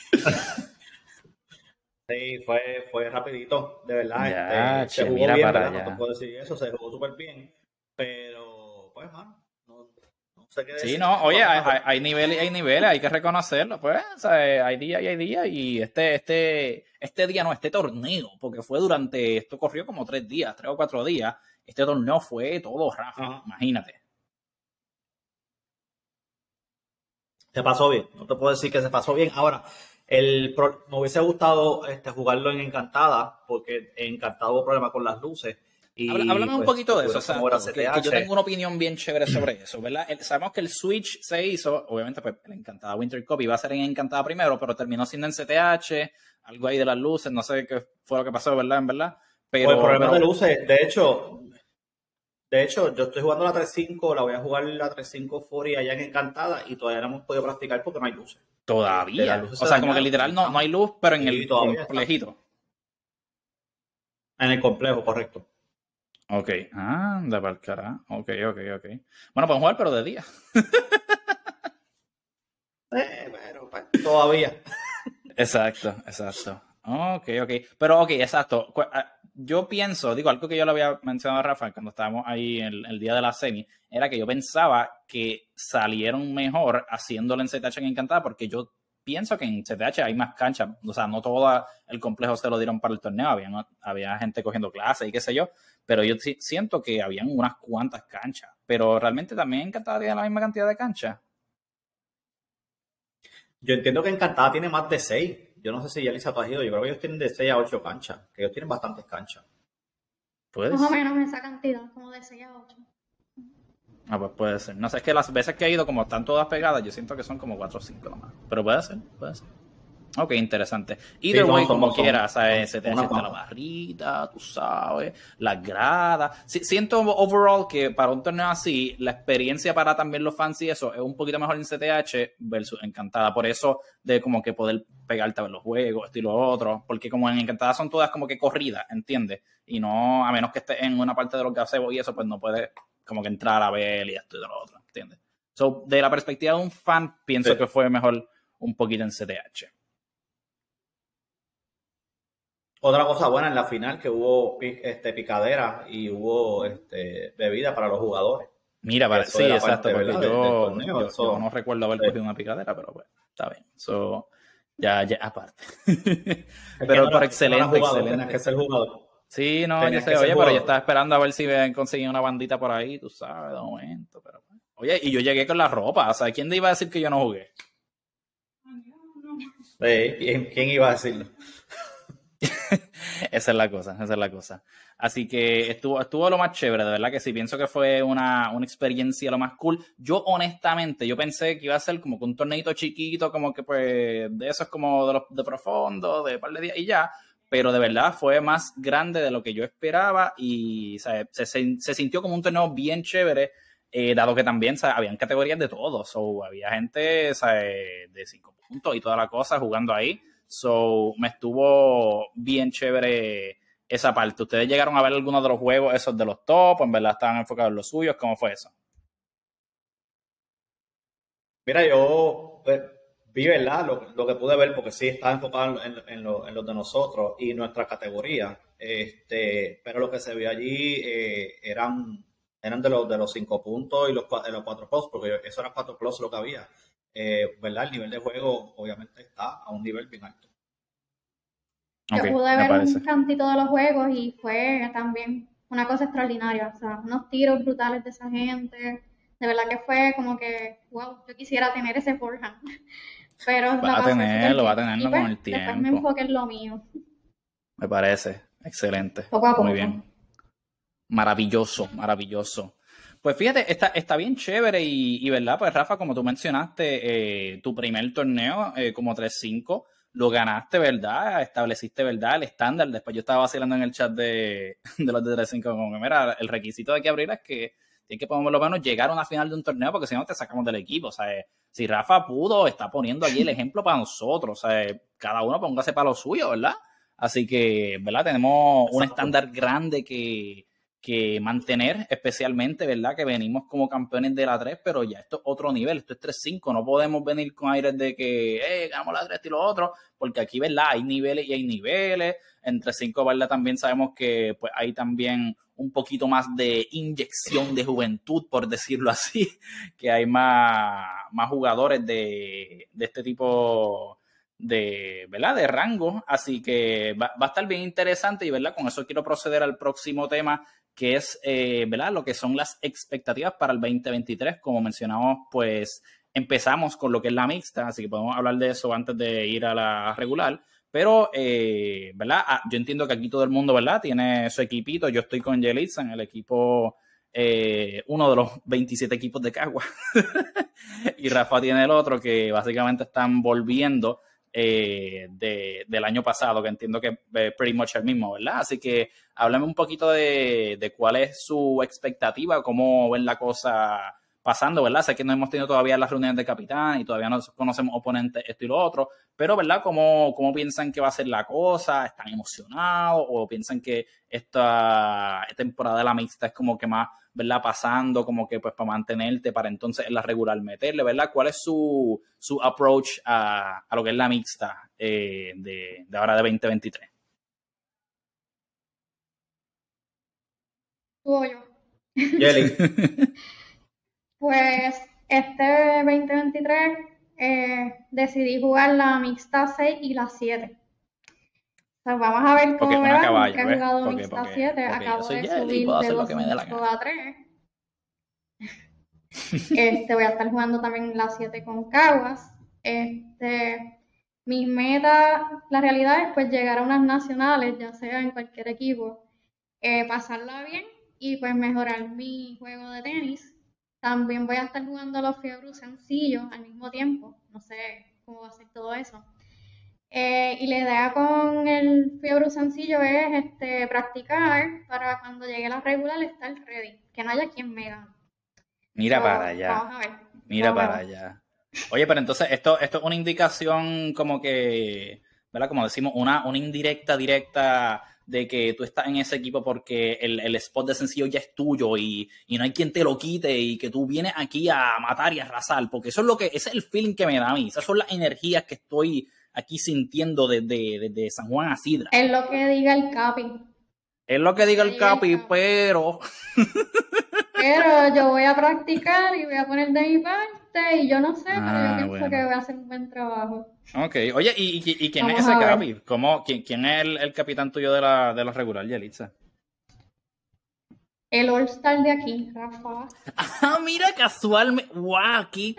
Sí, fue, fue rapidito, de verdad. Ya, este, se jugó mira bien, para ¿verdad? allá. No te puedo decir eso, se jugó súper bien. Pero, pues, mano, no, no sé qué decir. Sí, no, oye, hay, hay, hay niveles y hay niveles, hay que reconocerlo, pues, o sea, hay días y hay días, y este, este, este día no, este torneo, porque fue durante, esto corrió como tres días, tres o cuatro días, este torneo fue todo Rafa, uh-huh. Imagínate. Se pasó bien, no te puedo decir que se pasó bien. Ahora, el pro, me hubiese gustado este, jugarlo en Encantada, porque en Encantada hubo problema con las luces. Y, Háblame pues, un poquito de eso, o sea, que, que yo tengo una opinión bien chévere sobre eso, ¿verdad? El, sabemos que el Switch se hizo, obviamente, pues, el Encantada Winter Cup iba a ser en Encantada primero, pero terminó siendo en C T H, algo ahí de las luces, no sé qué fue lo que pasó, ¿verdad? En verdad. Pero, pues el problema pero... de luces, de hecho, de hecho, yo estoy jugando la tres cinco, la voy a jugar la tres cinco cuarenta allá en Encantada y todavía no hemos podido practicar porque no hay luces. Todavía. O sea, como que literal no, no hay luz, pero en el complejito. En el complejo, correcto. Ok, anda para el carajo. Ok, ok, ok. Bueno, podemos jugar, pero de día. eh, bueno, pues, todavía. Exacto, exacto. Ok, ok. Pero, ok, exacto. Yo pienso, digo, algo que yo le había mencionado a Rafa cuando estábamos ahí el, el día de la semi, era que yo pensaba que salieron mejor haciéndolo en C T H en Encantada, porque yo pienso que en C T H hay más canchas, o sea, no todo el complejo se lo dieron para el torneo, había, ¿no? había gente cogiendo clases y qué sé yo, pero yo sí, siento que habían unas cuantas canchas, pero realmente también Encantada tiene la misma cantidad de canchas. Yo entiendo que Encantada tiene más de seis, yo no sé si Yalisa tú has ido, yo creo que ellos tienen de seis a ocho canchas, que ellos tienen bastantes canchas. ¿Puedes? Más o menos esa cantidad, como de seis a ocho. Ah, pues puede ser. No sé, es que las veces que he ido, como están todas pegadas, yo siento que son como cuatro o cinco nomás. Pero puede ser, puede ser. Ok, interesante. Either sí, way, no, como quieras, ¿sabes? Se te hace la barrita, tú sabes, las gradas. Sí, siento overall que para un torneo así, la experiencia para también los fans y eso es un poquito mejor en C T H versus Encantada. Por eso de como que poder pegarte a ver los juegos, esto y lo otro. Porque como en Encantada son todas como que corridas, ¿entiendes? Y no, a menos que estés en una parte de los gazebos y eso, pues no puedes como que entrar a ver y esto y de lo otro, ¿entiendes? So, de la perspectiva de un fan, pienso sí. que fue mejor un poquito en C T H. Otra cosa buena en la final, que hubo este, picadera y hubo este, bebida para los jugadores. Mira, para, sí, exacto, porque yo, torneo, yo, yo no recuerdo haber sí. cogido una picadera, pero bueno, está bien. So, ya, ya, aparte. Pero no, por excelente, no jugador, excelente. Tienes que ser jugador. Sí, no, tenías yo sé, oye, jugador. Pero yo estaba esperando a ver si me conseguía una bandita por ahí, tú sabes, de momento, pero oye, y yo llegué con la ropa, o sea, ¿quién te iba a decir que yo no jugué? Sí, ¿quién, quién iba a decirlo? Esa es la cosa, esa es la cosa. Así que estuvo, estuvo lo más chévere, de verdad que sí, pienso que fue una, una experiencia lo más cool. Yo honestamente, yo pensé que iba a ser como que un torneito chiquito, como que pues de esos como de los de profundo, de par de días y ya, pero de verdad fue más grande de lo que yo esperaba y ¿sabes? Se, se, se sintió como un torneo bien chévere, eh, dado que también ¿sabes? Habían categorías de todos, so, había gente ¿sabes? De cinco puntos y toda la cosa jugando ahí. So, me estuvo bien chévere esa parte. ¿Ustedes llegaron a ver algunos de los juegos esos de los top? ¿En verdad estaban enfocados en los suyos? ¿Cómo fue eso? Mira, yo pues, vi, ¿verdad? Lo, lo que pude ver, porque sí estaba enfocado en, en, lo, en los de nosotros y nuestra categoría. Este, pero lo que se vio allí eh, eran, eran de los de los cinco puntos y los, de los cuatro plus, porque eso eran cuatro plus lo que había. Eh, ¿verdad? El nivel de juego obviamente está a un nivel bien alto. Yo Okay, pude ver un cantito de los juegos y fue también una cosa extraordinaria, o sea, unos tiros brutales de esa gente, de verdad que fue como que, wow, yo quisiera tener ese forehand, pero va a tenerlo, va a tenerlo pues, con el tiempo. Después me enfoqué en lo mío. Me parece, excelente. Poco a poco. Muy bien. Maravilloso, maravilloso. Pues fíjate, está, está bien chévere y, y verdad, pues Rafa, como tú mencionaste, eh, tu primer torneo eh, como tres cinco, lo ganaste, ¿verdad? Estableciste, ¿verdad? El estándar. Después yo estaba vacilando en el chat de, de los de tres cinco como que, mira, el requisito de que abrir es que tienes que por lo menos llegar a una final de un torneo porque si no te sacamos del equipo, o sea, si Rafa pudo, está poniendo allí el ejemplo para nosotros, o sea, cada uno póngase para lo suyo, ¿verdad? Así que, ¿verdad? Tenemos un estándar grande que que mantener, especialmente, ¿verdad? Que venimos como campeones de la tres, pero ya esto es otro nivel, esto es tres cinco, no podemos venir con aires de que, eh, ganamos la tres y lo otro, porque aquí, ¿verdad? Hay niveles y hay niveles, en tres cinco, ¿verdad? También sabemos que pues hay también un poquito más de inyección de juventud, por decirlo así, que hay más, más jugadores de, de este tipo de, ¿verdad? De rango, así que va, va a estar bien interesante y, ¿verdad? Con eso quiero proceder al próximo tema, que es, eh, ¿verdad? Lo que son las expectativas para el veinte veintitrés. Como mencionamos, pues empezamos con lo que es la mixta, así que podemos hablar de eso antes de ir a la regular, pero, eh, ¿verdad? Ah, yo entiendo que aquí todo el mundo, ¿verdad? Tiene su equipito, yo estoy con Yelitza en el equipo, eh, uno de los veintisiete equipos de Cagua, y Rafa tiene el otro, que básicamente están volviendo Eh, de, del año pasado, que entiendo que es pretty much el mismo, ¿verdad? Así que háblame un poquito de, de cuál es su expectativa, cómo ven la cosa pasando, ¿verdad? Sé que no hemos tenido todavía las reuniones de capitán y todavía no conocemos oponentes, esto y lo otro, pero, ¿verdad? ¿Cómo, cómo piensan que va a ser la cosa? ¿Están emocionados o piensan que esta temporada de la mixta es como que más, ¿verdad? Pasando como que pues para mantenerte, para entonces en la regular meterle, ¿verdad? ¿Cuál es su, su approach a, a lo que es la mixta eh, de, de ahora de veinte veintitrés? ¿Tú o yo? Yeli. Pues este veinte veintitrés eh, decidí jugar la mixta seis y la siete. O sea, vamos a ver cómo okay, me va. Caballo, Nunca he jugado porque, mixta porque, siete, porque acabo de subir de dos cinco a tres. Este, voy a estar jugando también la siete con Caguas. Este, mis metas, la realidad es pues llegar a unas nacionales, ya sea en cualquier equipo, eh, pasarla bien y pues mejorar mi juego de tenis. También voy a estar jugando los Fiebru sencillos al mismo tiempo, no sé cómo va a ser todo eso. Eh, y la idea con el Fiebru sencillo es este, practicar para cuando llegue la regular estar ready, que no haya quien me gane. Mira so, para allá. Vamos a ver. Mira vamos para allá. Oye, pero entonces esto, esto es una indicación como que, ¿verdad? Como decimos, una, una indirecta, directa de que tú estás en ese equipo porque el, el spot de sencillo ya es tuyo y, y no hay quien te lo quite y que tú vienes aquí a matar y a arrasar, porque eso es lo que, ese es el feeling que me da a mí, esas son las energías que estoy aquí sintiendo desde, desde San Juan a Sidra. Es lo que diga el Capi. Es lo que diga el Capi, el Capi. pero... Pero yo voy a practicar y voy a poner de mi parte y yo no sé, ah, pero yo pienso bueno. que voy a hacer un buen trabajo. Ok, oye, ¿y, y, y quién Vamos es ese Capi? ¿Cómo, quién, ¿Quién es el, el capitán tuyo de la, de la regular, Yelitza? El All-Star de aquí, Rafa. Ah, mira, casualmente. ¡Wow! ¡Qué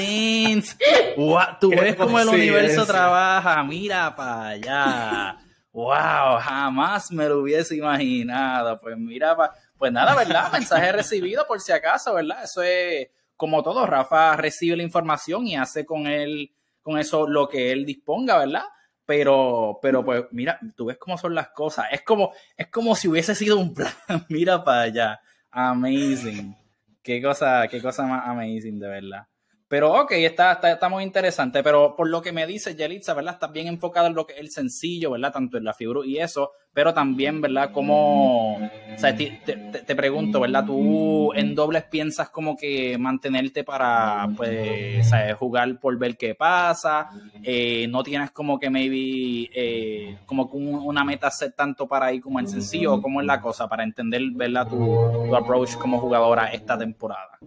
coincidencia! ¡Wow! Tú ves cómo el universo trabaja. Mira para allá. Wow, jamás me lo hubiese imaginado. Pues mira, pues nada, ¿verdad? Mensaje recibido por si acaso, ¿verdad? Eso es como todo. Rafa recibe la información y hace con él, con eso lo que él disponga, ¿verdad? Pero, pero pues mira, tú ves cómo son las cosas. Es como, es como si hubiese sido un plan. Mira para allá. Amazing. Qué cosa, qué cosa más amazing, de verdad. Pero ok, está, está, está muy interesante, pero por lo que me dice Yelitza, ¿verdad? Estás bien enfocado en lo que es el sencillo, ¿verdad? Tanto en la figura y eso, pero también, ¿verdad? Como, o sea, te, te, te pregunto, ¿verdad? Tú en dobles piensas como que mantenerte para, pues, ¿sabes? Jugar por ver qué pasa, eh, no tienes como que maybe, eh, como que un, una meta set tanto para ahí como el sencillo, o cómo es la cosa, para entender, ¿verdad? Tu, tu approach como jugadora esta temporada.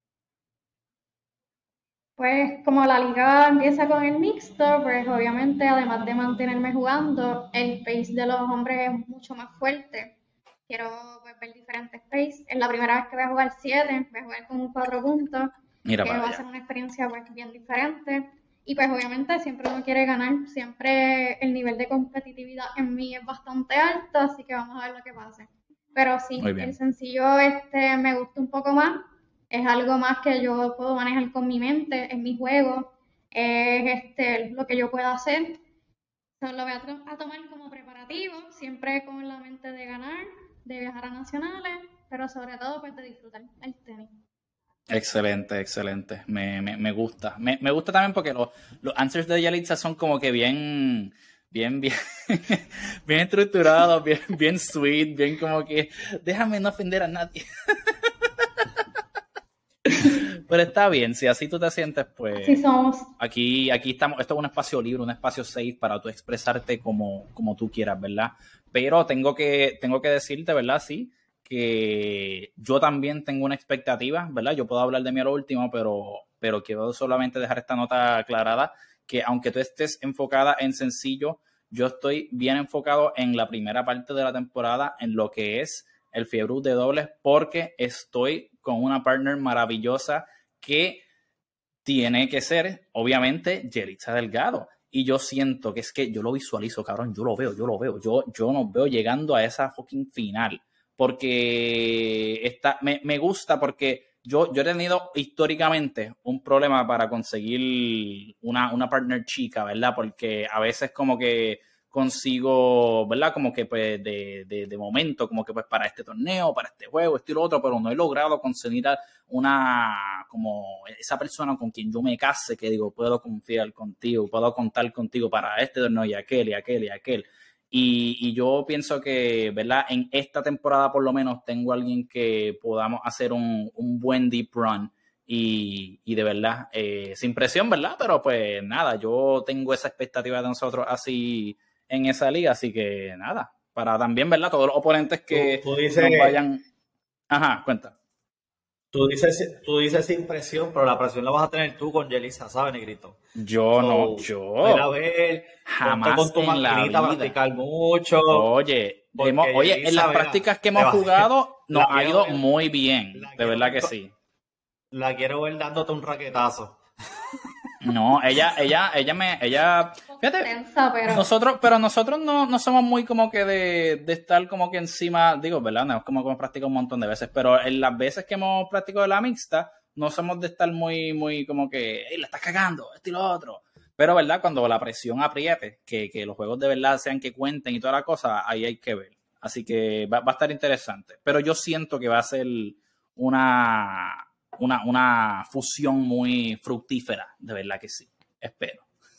Pues como la liga empieza con el mixto, pues obviamente además de mantenerme jugando, el pace de los hombres es mucho más fuerte. Quiero pues, ver diferentes pace. Es la primera vez que voy a jugar siete, voy a jugar con cuatro puntos, Mira que para va allá. a ser una experiencia pues bien diferente. Y pues obviamente siempre uno quiere ganar, siempre el nivel de competitividad en mí es bastante alto, así que vamos a ver lo que pase. Pero sí, Muy bien. el sencillo este me gusta un poco más. Es algo más que yo puedo manejar con mi mente, en mi juego, es este, lo que yo puedo hacer. Entonces, lo voy a, to- a tomar como preparativo, siempre con la mente de ganar, de viajar a nacionales, pero sobre todo pues de disfrutar el tenis. Excelente, excelente. Me, me, me gusta. Me, me gusta también porque los, los answers de Yalitza son como que bien, bien, bien, bien estructurados, bien, bien sweet, bien como que déjame no ofender a nadie. Pero está bien, si así tú te sientes, pues Así somos. aquí, aquí estamos, esto es un espacio libre, un espacio safe para tú expresarte como, como tú quieras, ¿verdad? Pero tengo que, tengo que decirte, ¿verdad? Sí, que yo también tengo una expectativa, ¿verdad? Yo puedo hablar de mí a lo último, pero, pero quiero solamente dejar esta nota aclarada, que aunque tú estés enfocada en sencillo, yo estoy bien enfocado en la primera parte de la temporada, en lo que es el Fiebrú de dobles, porque estoy con una partner maravillosa que tiene que ser, obviamente, Yelitza Delgado. Y yo siento que es que yo lo visualizo, cabrón, yo lo veo, yo lo veo, yo, yo nos veo llegando a esa fucking final. Porque está, me, me gusta porque yo, yo he tenido históricamente un problema para conseguir una, una partner chica, ¿verdad? Porque a veces como que consigo, ¿verdad? Como que pues de, de, de momento, como que pues para este torneo, para este juego, esto y lo otro, pero no he logrado conseguir una, como esa persona con quien yo me case, que digo, puedo confiar contigo, puedo contar contigo para este torneo y aquel y aquel y aquel. Y, y yo pienso que, ¿verdad? En esta temporada por lo menos tengo a alguien que podamos hacer un, un buen deep run y, y de verdad, eh, sin presión, ¿verdad? Pero pues nada, yo tengo esa expectativa de nosotros así en esa liga, así que nada, para también, ¿verdad? Todos los oponentes que Tú, tú dices, nos vayan... Ajá, cuenta. tú dices, tú dices sin presión, pero la presión la vas a tener tú con Yelitza, ¿sabes, negrito? Yo So, no, ven a yo ver, jamás ponte con tu en la maquinita a vida. practicar mucho. Oye, hemos, oye, en Yelitza, las mira, prácticas que te hemos va- jugado nos la ha quiero ido ver- muy bien, la de quiero verdad ver que co- sí. La quiero ver dándote un raquetazo. No, ella, ella, ella me, ella, Un poco fíjate, tensa, pero nosotros, pero nosotros no, no somos muy como que de, de estar como que encima, digo, ¿verdad? No es como que hemos practicado un montón de veces, pero en las veces que hemos practicado la mixta, no somos de estar muy, muy como que, hey, la estás cagando, esto y lo otro. Pero, ¿verdad? Cuando la presión apriete, que, que los juegos de verdad sean que cuenten y toda la cosa, ahí hay que ver. Así que va, va a estar interesante. Pero yo siento que va a ser una, una, una fusión muy fructífera, de verdad que sí. Espero.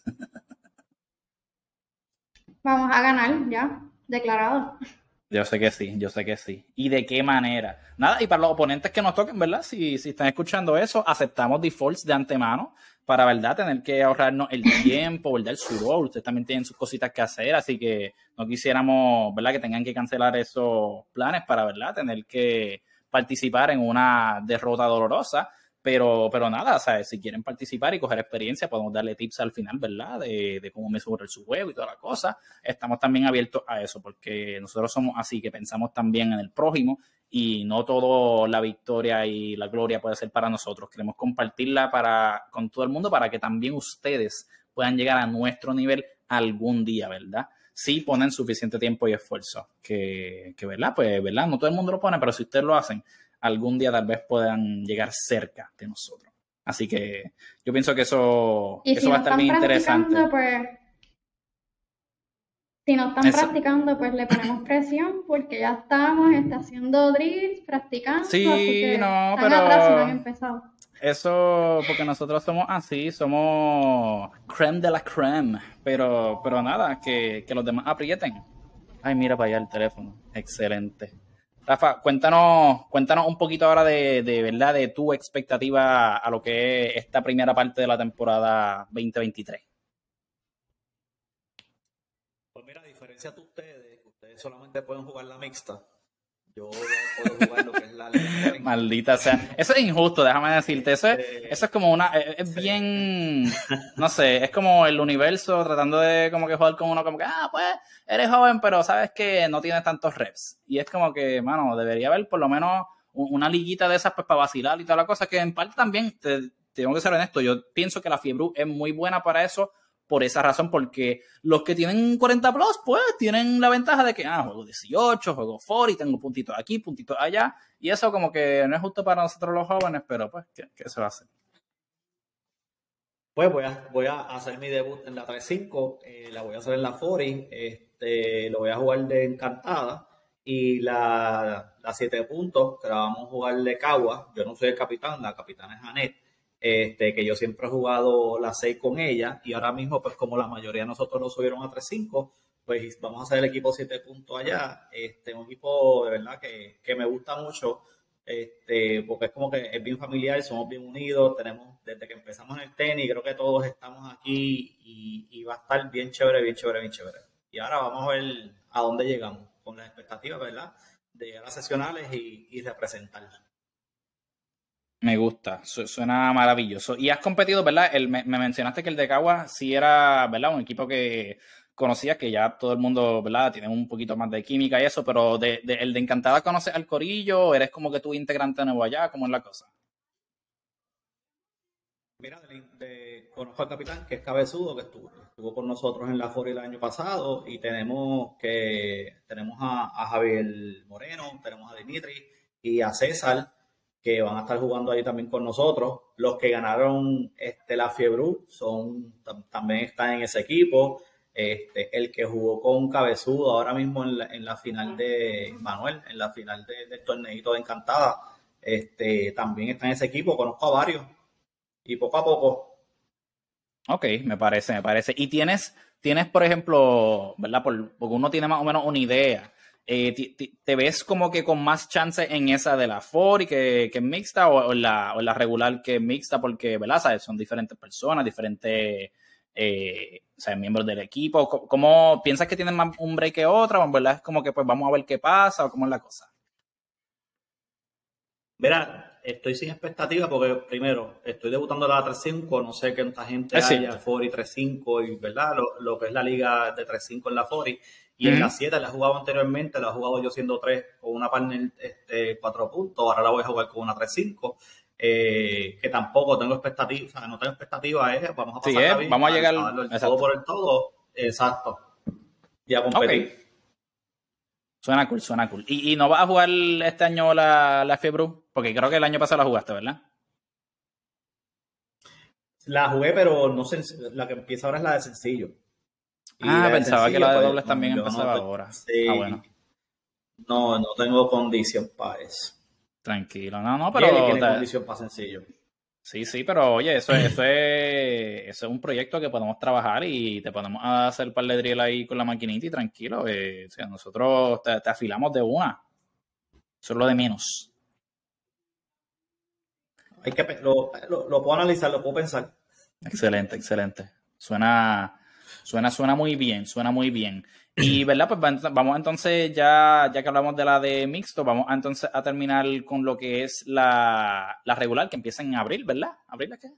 vamos a ganar ya, declarado. Yo sé que sí, yo sé que sí. ¿Y de qué manera? Nada, y para los oponentes que nos toquen, ¿verdad? Si, si están escuchando eso, aceptamos defaults de antemano para, ¿verdad? Tener que ahorrarnos el tiempo, ¿verdad? El sudor. Ustedes también tienen sus cositas que hacer, así que no quisiéramos, ¿verdad? Que tengan que cancelar esos planes para, ¿verdad? Tener que participar en una derrota dolorosa. Pero, pero nada, o sea, si quieren participar y coger experiencia, podemos darle tips al final, ¿verdad? De, de cómo mejorar su juego y toda la cosa. Estamos también abiertos a eso, porque nosotros somos así, que pensamos también en el prójimo y no todo la victoria y la gloria puede ser para nosotros. Queremos compartirla para, con todo el mundo para que también ustedes puedan llegar a nuestro nivel algún día, ¿verdad? sí ponen suficiente tiempo y esfuerzo. Que, que, ¿verdad? Pues, ¿verdad? No todo el mundo lo pone, pero si ustedes lo hacen, algún día tal vez puedan llegar cerca de nosotros. Así que yo pienso que eso, y eso si va a no estar bien interesante. Pues, si no están eso. practicando, pues le ponemos presión porque ya estamos está haciendo drills, practicando, sí, así que no, están pero atrás y no han empezado. Eso, porque nosotros somos así, somos creme de la creme, pero, pero nada, que, que los demás aprieten. Ay, mira para allá el teléfono, excelente. Rafa, cuéntanos, cuéntanos un poquito ahora de, de verdad, de tu expectativa a lo que es esta primera parte de la temporada veinte veintitrés. Pues mira, a diferencia de ustedes, ustedes solamente pueden jugar la mixta. Yo puedo jugar lo que es la liga. Maldita sea. Eso es injusto, déjame decirte. Eso es, eso es como una... Es sí. bien... No sé, es como el universo tratando de como que jugar con uno como que, ah, pues, eres joven, pero sabes que no tienes tantos reps. Y es como que, mano, debería haber por lo menos una liguita de esas pues para vacilar y toda la cosa, que en parte también, te, te tengo que ser honesto, yo pienso que la Fiebre es muy buena para eso, por esa razón, porque los que tienen cuarenta plus, pues, tienen la ventaja de que, ah, juego dieciocho, juego cuarenta, tengo puntitos aquí, puntitos allá, y eso como que no es justo para nosotros los jóvenes, pero pues, ¿qué, qué se va a hacer? Pues voy a, voy a hacer mi debut en la tres cinco, eh, la voy a hacer en la cuarenta, este, lo voy a jugar de Encantada, y la, la siete puntos, que la vamos a jugar de Cagua. Yo no soy el capitán, la capitana es Janet. Este, que yo siempre he jugado la seis con ella, y ahora mismo, pues como la mayoría de nosotros lo subieron a tres cinco, pues vamos a hacer el equipo siete puntos allá. Este, un equipo de verdad que, que me gusta mucho, este, porque es como que es bien familiar, somos bien unidos, tenemos desde que empezamos en el tenis, creo que todos estamos aquí, y, y va a estar bien chévere, bien chévere, bien chévere. Y ahora vamos a ver a dónde llegamos, con las expectativas, ¿verdad?, de llegar a sesionales y, y representar. Me gusta, Su- suena maravilloso. Y has competido, ¿verdad? El, me, me mencionaste que el de Cagua sí era, ¿verdad? Un equipo que conocías, que ya todo el mundo, ¿verdad? Tiene un poquito más de química y eso, pero de, de, el de Encantada, ¿conoces al corillo? ¿Eres como que tú integrante nuevo allá? ¿Cómo es la cosa? Mira, de, de, conozco al capitán, que es Cabezudo, que estuvo, estuvo con nosotros en la Fori el año pasado, y tenemos que tenemos a, a Javier Moreno, tenemos a Dimitri y a César, que van a estar jugando ahí también con nosotros. Los que ganaron este, la Fiebre son, también están en ese equipo. Este, el que jugó con Cabezudo ahora mismo en la, en la final de Manuel, en la final de, del torneito de Encantada, este, también está en ese equipo. Conozco a varios, y poco a poco. Ok, me parece, me parece. Y tienes, tienes por ejemplo, ¿verdad? Por, porque uno tiene más o menos una idea. Eh, te, te ves como que con más chance en esa de la Fori que, que mixta, o, o, en la, o en la regular que mixta, porque, ¿verdad? ¿Sabes? Son diferentes personas, diferentes eh, o sea, miembros del equipo. ¿Cómo, cómo piensas que tienen más un break que otra? ¿O en verdad es como que pues vamos a ver qué pasa? ¿O cómo es la cosa? Mira, estoy sin expectativa porque, primero, estoy debutando la tres cinco, no sé qué tanta gente es haya, Fori tres cinco, y verdad, lo, lo que es la liga de tres cinco en la Fori. Y uh-huh. En la siete la he jugado anteriormente, la he jugado yo siendo tres con una partner este, cuatro puntos, ahora la voy a jugar con una tres cinco, eh, que tampoco tengo expectativa, o sea, no tengo expectativa, eh, vamos a pasar sí, eh, bien, vamos a llegar a el todo por el todo, exacto, y a competir. Okay. Suena cool, suena cool. ¿Y, y no vas a jugar este año la, la Fiebre? Porque creo que el año pasado la jugaste, ¿verdad? La jugué, pero no sé, la que empieza ahora es la de sencillo. Y ah, pensaba sencillo, que la de dobles pues, también empezaba no, ahora. Sí, ah, bueno. No, no tengo condición para eso. Tranquilo, no, no, pero... Jelly tiene te... condición para sencillo. Sí, sí, pero oye, eso, eso, es, eso es un proyecto que podemos trabajar y te podemos hacer un par de drill ahí con la maquinita y tranquilo. Eh, o sea, nosotros te, te afilamos de una. Eso es lo de menos. Hay que, lo, lo, lo puedo analizar, lo puedo pensar. Excelente, excelente. Suena, suena, suena muy bien, suena muy bien. Y, ¿verdad? Pues vamos entonces, ya, ya que hablamos de la de mixto, vamos a, entonces a terminar con lo que es la, la regular, que empieza en abril, ¿verdad? ¿Abril es qué?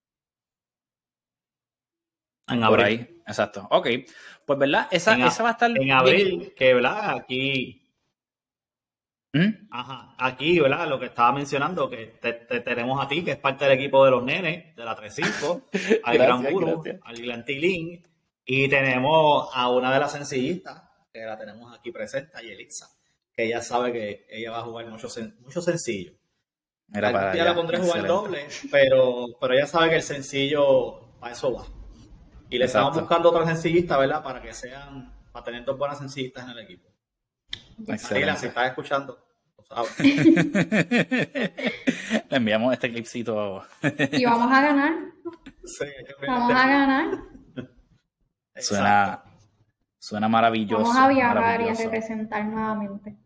En Por abril. Ahí. Exacto. Ok. Pues, ¿verdad? Esa, en, esa va a estar... En abril, bien. Que, ¿verdad? Aquí... ¿Mm? Ajá. Aquí, ¿verdad? Lo que estaba mencionando, que te, te tenemos a ti, que es parte del equipo de los nenes, de la tres cinco, al Gran Guru, al Gran Tilín, Y tenemos a una de las sencillistas, que la tenemos aquí presente, a Yelitza, que ella sabe que ella va a jugar mucho, mucho sencillo. Mira, para ya la pondré a jugar doble, pero, pero ella sabe que el sencillo, para eso va. Y le Exacto. estamos buscando otros sencillistas, ¿verdad? Para que sean, para tener dos buenas sencillistas en el equipo. Marila, si estás escuchando, lo sabes. Le enviamos este clipcito. Y vamos a ganar. Sí, vamos a ganar. Suena, suena maravilloso. Vamos a viajar y a representar nuevamente.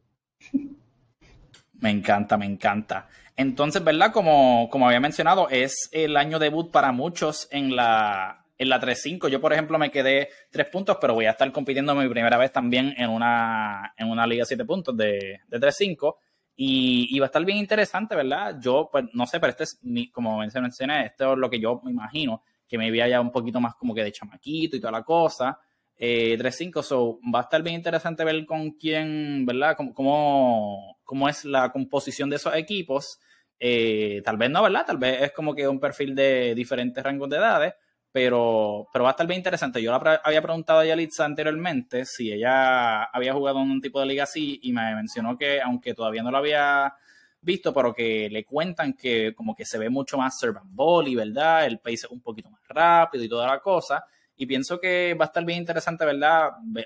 Me encanta, me encanta. Entonces, ¿verdad? Como, como había mencionado, es el año debut para muchos en la, en la tres cinco. Yo, por ejemplo, me quedé tres puntos, pero voy a estar compitiendo mi primera vez también en una, en una liga siete puntos de, de tres cinco. Y, y va a estar bien interesante, ¿verdad? Yo, pues, no sé, pero este es, mi, como mencioné, esto es lo que yo me imagino, que me veía ya un poquito más como que de chamaquito y toda la cosa. Eh, tres cinco, so va a estar bien interesante ver con quién, ¿verdad? Cómo, cómo, cómo es la composición de esos equipos. Eh, tal vez no, ¿verdad? Tal vez es como que un perfil de diferentes rangos de edades, pero, pero va a estar bien interesante. Yo la había preguntado a Yelitza anteriormente si ella había jugado en un tipo de liga así y me mencionó que, aunque todavía no lo había visto, pero que le cuentan que como que se ve mucho más serve and volley, ¿verdad? El pace es un poquito más rápido y toda la cosa. Y pienso que va a estar bien interesante, ¿verdad?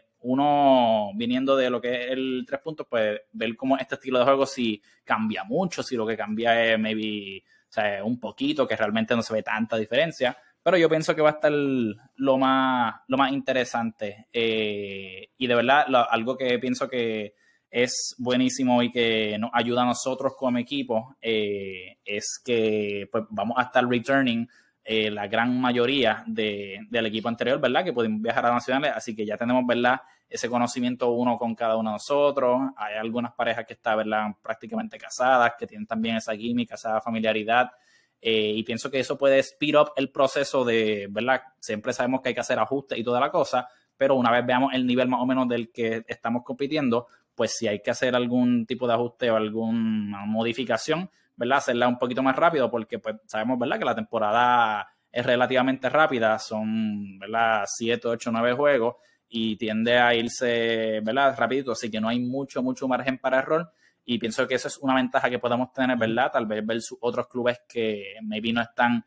Uno viniendo de lo que es el tres puntos, pues ver cómo este estilo de juego si cambia mucho, si lo que cambia es maybe, o sea, un poquito, que realmente no se ve tanta diferencia. Pero yo pienso que va a estar lo más, lo más interesante. Eh, y de verdad, lo, algo que pienso que es buenísimo y que nos ayuda a nosotros como equipo eh, es que pues, vamos a estar returning Eh, la gran mayoría de, del equipo anterior, ¿verdad? Que pudimos viajar a nacionales, así que ya tenemos, ¿verdad? Ese conocimiento uno con cada uno de nosotros. Hay algunas parejas que están, ¿verdad? Prácticamente casadas, que tienen también esa química, esa familiaridad. Eh, y pienso que eso puede speed up el proceso de, ¿verdad? Siempre sabemos que hay que hacer ajustes y toda la cosa, pero una vez veamos el nivel más o menos del que estamos compitiendo, pues si hay que hacer algún tipo de ajuste o alguna modificación, ¿verdad? Hacerla un poquito más rápido porque pues sabemos, ¿verdad? Que la temporada es relativamente rápida, son, ¿verdad? siete, ocho, nueve juegos y tiende a irse, ¿verdad? Rapidito, así que no hay mucho, mucho margen para error y pienso que eso es una ventaja que podemos tener, ¿verdad? Tal vez ver otros clubes que maybe no están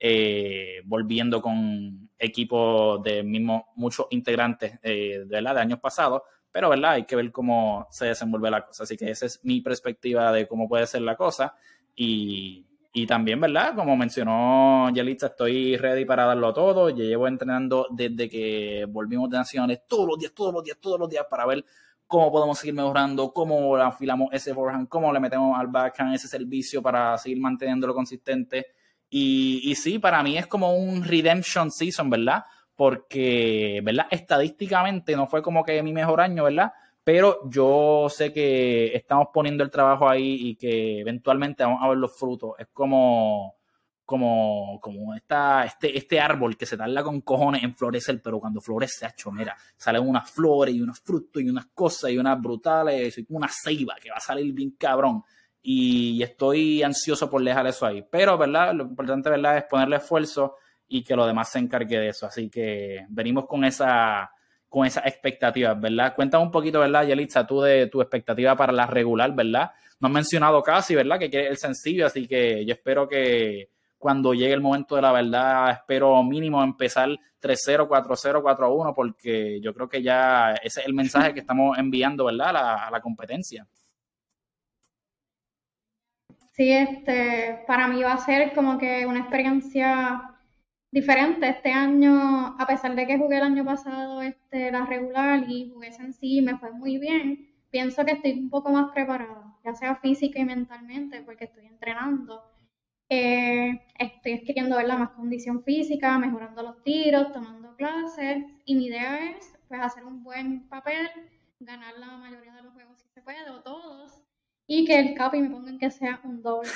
eh, volviendo con equipos de mismo, muchos integrantes, eh, ¿verdad? De años pasados, pero, ¿verdad? Hay que ver cómo se desenvuelve la cosa, así que esa es mi perspectiva de cómo puede ser la cosa. Y, y también, ¿verdad? Como mencionó Yelitza, estoy ready para darlo todo. Yo llevo entrenando desde que volvimos de nacionales todos los días, todos los días, todos los días para ver cómo podemos seguir mejorando, cómo afilamos ese forehand, cómo le metemos al backhand ese servicio para seguir manteniéndolo consistente. Y, y sí, para mí es como un redemption season, ¿verdad? Porque, ¿verdad? Estadísticamente no fue como que mi mejor año, ¿verdad? Pero yo sé que estamos poniendo el trabajo ahí y que eventualmente vamos a ver los frutos. Es como, como, como esta, este, este árbol que se tarda con cojones en florecer, pero cuando florece, hacho, mira, salen unas flores y unos frutos y unas cosas y unas brutales, y una ceiba que va a salir bien cabrón. Y estoy ansioso por dejar eso ahí. Pero, ¿verdad? Lo importante, ¿verdad? Es ponerle esfuerzo y que lo demás se encargue de eso. Así que venimos con esa... con esas expectativas, ¿verdad? Cuéntame un poquito, ¿verdad, Yelitza, tú de tu expectativa para la regular, ¿verdad? No has mencionado casi, ¿verdad? Que quieres el sencillo, así que yo espero que cuando llegue el momento de la verdad, espero mínimo empezar tres cero, cuatro cero, cuatro uno, porque yo creo que ya ese es el mensaje que estamos enviando, ¿verdad? A la, a la competencia. Sí, este, para mí va a ser como que una experiencia diferente este año, a pesar de que jugué el año pasado este, la regular y jugué sencillo y me fue muy bien, pienso que estoy un poco más preparada, ya sea física y mentalmente, porque estoy entrenando. Eh, estoy adquiriendo, ¿verdad?, más condición física, mejorando los tiros, tomando clases, y mi idea es pues hacer un buen papel, ganar la mayoría de los juegos si se puede, o todos, y que el capi me pongan que sea un doble.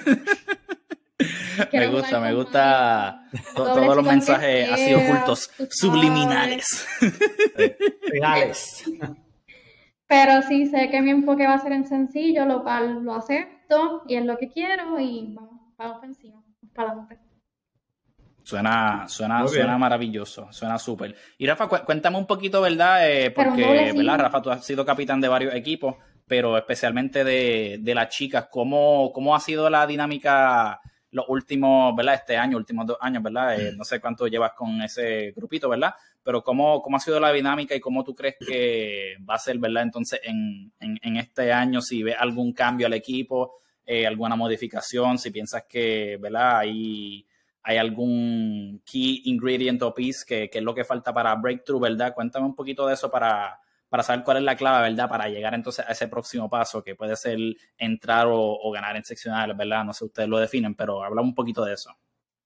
Me gusta, me gusta to- todos los mensajes así ocultos, subliminales. Finales. Pero sí sé que mi enfoque va a ser en sencillo, lo cual lo acepto y es lo que quiero y vamos para ofensiva, para adelante. Suena, suena, suena maravilloso, suena súper. Y Rafa, cu- cuéntame un poquito, ¿verdad? Eh, porque, no ¿verdad, Rafa? Tú has sido capitán de varios equipos, pero especialmente de, de las chicas. ¿Cómo, cómo ha sido la dinámica los últimos, ¿verdad? Este año, últimos dos años, ¿verdad? Eh, no sé cuánto llevas con ese grupito, ¿verdad? Pero ¿cómo, cómo ha sido la dinámica y cómo tú crees que va a ser, ¿verdad? Entonces, en, en, en este año, si ves algún cambio al equipo, eh, alguna modificación, si piensas que, ¿verdad? Hay... ¿Hay algún key ingredient o piece que, que es lo que falta para breakthrough, verdad? Cuéntame un poquito de eso para, para saber cuál es la clave, ¿verdad? Para llegar entonces a ese próximo paso que puede ser entrar o, o ganar en seccionales, ¿verdad? No sé, ustedes lo definen, pero habla un poquito de eso.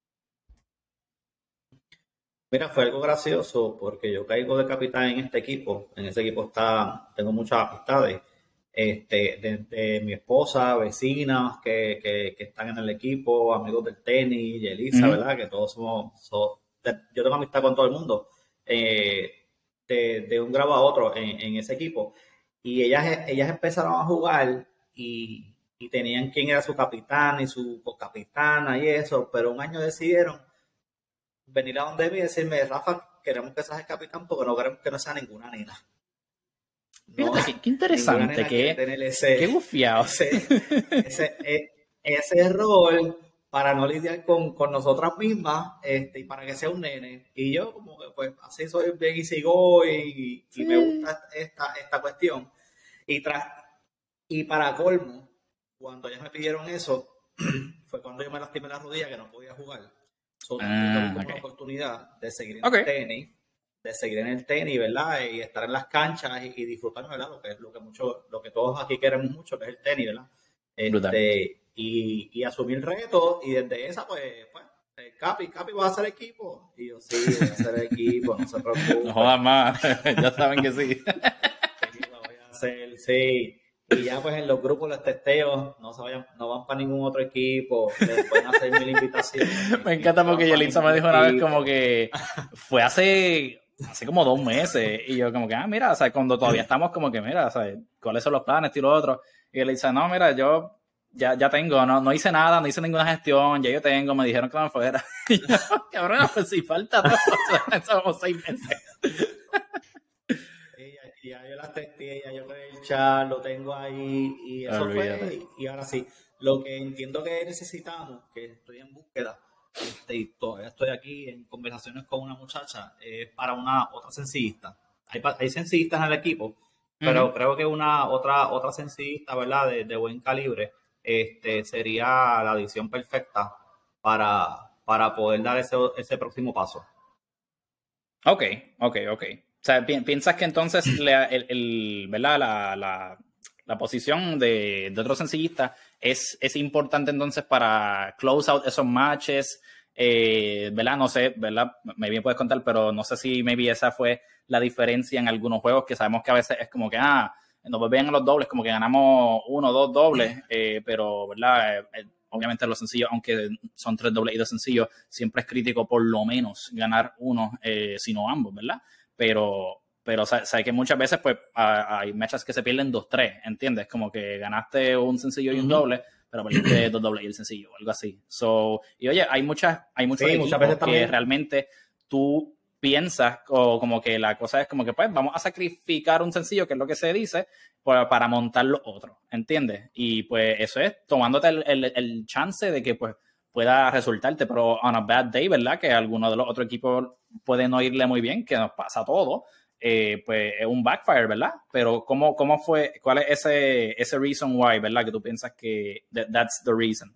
Mira, fue algo gracioso porque yo caigo de capitán en este equipo. En ese equipo está, tengo muchas amistades. Este, desde mi esposa, vecinas que, que, que están en el equipo, amigos del tenis, Yelisa, Ujú. ¿verdad? Que todos somos, so- de- yo tengo amistad con todo el mundo, eh, de, de un grado a otro en, en ese equipo. Y ellas, ellas empezaron a jugar y, y tenían quién era su capitán y su capitana y eso, pero un año decidieron venir a donde mí y decirme, Rafa, queremos que seas el capitán porque no queremos que no sea ninguna nena. No, Fíjate, qué, qué ninguna interesante, nena quiere qué, tener qué ese, gufiado. ese, ese, e- ese rol para no lidiar con, con nosotras mismas, este, y para que sea un nene. Y yo como que pues así soy bien y sigo y, y me Sí. gusta esta, esta cuestión. Y tras, y para colmo, cuando ellas me pidieron eso, fue cuando yo me lastimé la rodilla que no podía jugar. So, también lo vi Ah, como ok. una oportunidad de seguir en Ok. el tenis, de seguir en el tenis, ¿verdad? Y estar en las canchas y, y disfrutar, ¿verdad? Lo que es lo que mucho, lo que todos aquí queremos mucho, que es el tenis, ¿verdad? Brutal. Este, y, y asumir retos, y desde esa, pues, pues, eh, Capi, Capi, ¿vas a hacer equipo? Y yo, sí, voy a hacer equipo, no se No preocupen. jodas más, ya saben que sí. Sí, lo voy a hacer, sí. Y ya pues en los grupos, los testeos, no se vayan, no van para ningún otro equipo, les pueden hacer mil invitaciones. Me y encanta no van porque para Yelitza me ningún dijo una vez equipo. como que fue hace, hace como dos meses y yo como que, ah, mira, o sea, cuando todavía estamos como que, mira, o sea, ¿cuáles son los planes y lo otro? Y él dice, no, mira, yo ya, ya tengo, no, no hice nada, no hice ninguna gestión, ya yo tengo, me dijeron que me fuera. Y yo, cabrón, pues si falta todo, o sea, somos seis meses. Y ya, y ya yo las testé, ya yo con el chat, lo tengo ahí, y eso Olvídate. fue, y, y ahora sí, lo que entiendo que necesitamos, que estoy en búsqueda, este, y todavía estoy aquí en conversaciones con una muchacha, es para una otra sencillista. Hay, pa- hay sencillistas en el equipo, pero Ujú. creo que una otra otra sencillista, ¿verdad? De, de buen calibre, este, sería la adición perfecta para, para poder dar ese, ese próximo paso. Ok, ok, ok. O sea, pi- piensas que entonces la, el, el- ¿verdad? La, la, la posición de, de otro sencillista es, es importante entonces para close out esos matches, eh, ¿verdad? No sé, ¿verdad? Maybe puedes contar, pero no sé si maybe esa fue la diferencia en algunos juegos que sabemos que a veces es como que, ah, nos volvían a los dobles, como que ganamos uno o dos dobles, eh, pero, ¿verdad? Eh, eh, obviamente los sencillos, aunque son tres dobles y dos sencillos, siempre es crítico por lo menos ganar uno, eh, si no ambos, ¿verdad? Pero, pero sabes sabe que muchas veces pues a, hay matches que se pierden dos tres, ¿entiendes? Como que ganaste un sencillo y un Ujú. doble, pero perdiste dos dobles y el sencillo, o algo así. So, y oye, hay muchas, hay muchos Sí, muchas veces equipos que también. realmente tú piensas o como que la cosa es como que pues vamos a sacrificar un sencillo, que es lo que se dice, para, para montar los otros, ¿entiendes? Y pues eso es tomándote el, el, el chance de que pues pueda resultarte, pero on a bad day, ¿verdad? Que alguno de los otros equipos puede no irle muy bien, que nos pasa a todos, eh, pues es un backfire, ¿verdad? Pero ¿cómo, cómo fue, cuál es ese, ese reason why, ¿verdad? Que tú piensas que that, that's the reason.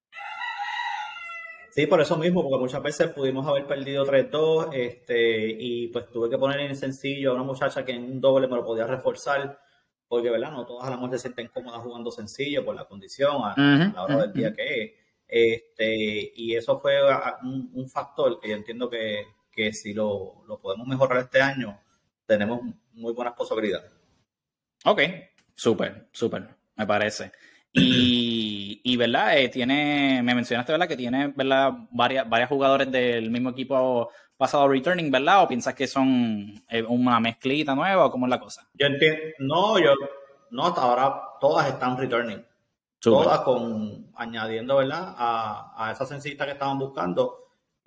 Sí, por eso mismo, porque muchas veces pudimos haber perdido tres dos, este, y pues tuve que poner en sencillo a una muchacha que en un doble me lo podía reforzar, porque, ¿verdad? No todas las mujeres se sienten cómodas jugando sencillo por la condición a, a la hora Uh-huh, del día uh-huh. que es. Este, y eso fue a- un, un factor que yo entiendo que, que si lo, lo podemos mejorar este año, tenemos muy buenas posibilidades. Ok, súper, súper, me parece. Y, y ¿verdad? Eh, tiene, me mencionaste, ¿verdad? Que tiene, ¿verdad? Varias, varias jugadores del mismo equipo pasado returning, ¿verdad? ¿O piensas que son eh, una mezclita nueva o cómo es la cosa? Yo entiendo, no, yo, no, hasta ahora todas están returning. Súper. Todas con añadiendo, ¿verdad? A, a esa sencillita que estaban buscando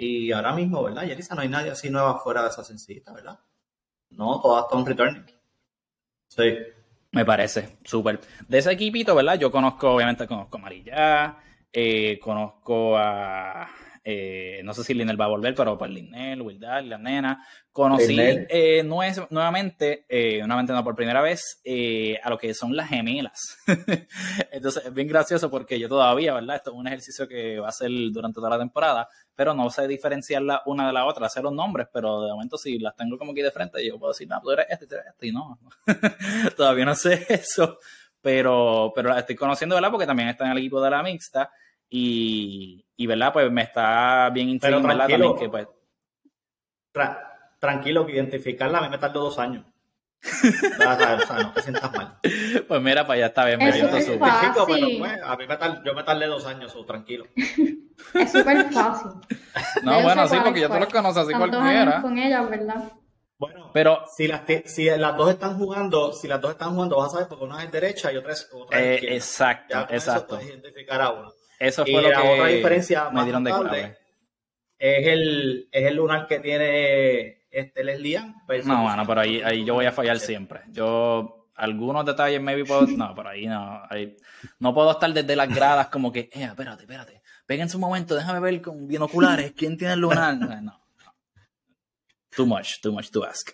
Y ahora mismo, ¿verdad, Yelitza? No hay nadie así nueva fuera de esa sencillita, ¿verdad? No, todas están returning. Sí. Me parece, súper. De ese equipito, ¿verdad? Yo conozco, obviamente, conozco a Marilla, eh, conozco a, eh, no sé si Linel va a volver, pero pues Linel, Wildar, la nena. Conocí eh, nue- nuevamente, eh, nuevamente no por primera vez, eh, a lo que son las gemelas. Entonces es bien gracioso porque yo todavía, ¿verdad? Esto es un ejercicio que va a hacer durante toda la temporada, pero no sé diferenciarla una de la otra, hacer los nombres, pero de momento si las tengo como aquí de frente, yo puedo decir, no, tú eres este, tú eres este, y no. Todavía no sé eso, pero, pero la estoy conociendo, ¿verdad? Porque también está en el equipo de la mixta y, y ¿verdad? Pues me está bien intrigado, ¿verdad? También que pues... Tra tranquilo, que identificarla a mí me tardó dos años. O sea, no te sientas mal. Pues mira, para allá está bien. Eso me es súper. fácil. Pero, pues, a mí me tardé, yo me tardé dos años, so, tranquilo. Es súper fácil. No, Yo bueno, sé sí, cuál porque es yo te cuál. los conozco así Tantos cualquiera. años con ellas, ¿verdad? Bueno, pero si las, si las dos están jugando, si las dos están jugando, vas a saber porque una es derecha y otra es otra es eh, izquierda. Exacto, Ya con exacto. eso puedes identificar a una. Eso fue y lo la que otra diferencia me más dieron de notable clave. es el, es el lunar que tiene este Leslie Ann. No, bueno, pero ahí, ahí yo voy a fallar siempre. Yo, algunos detalles maybe puedo, no, pero ahí no, ahí, no puedo estar desde las gradas como que, eh, espérate, espérate, pega en su momento, déjame ver con binoculares quién tiene el lunar. No, no. Too much, too much to ask.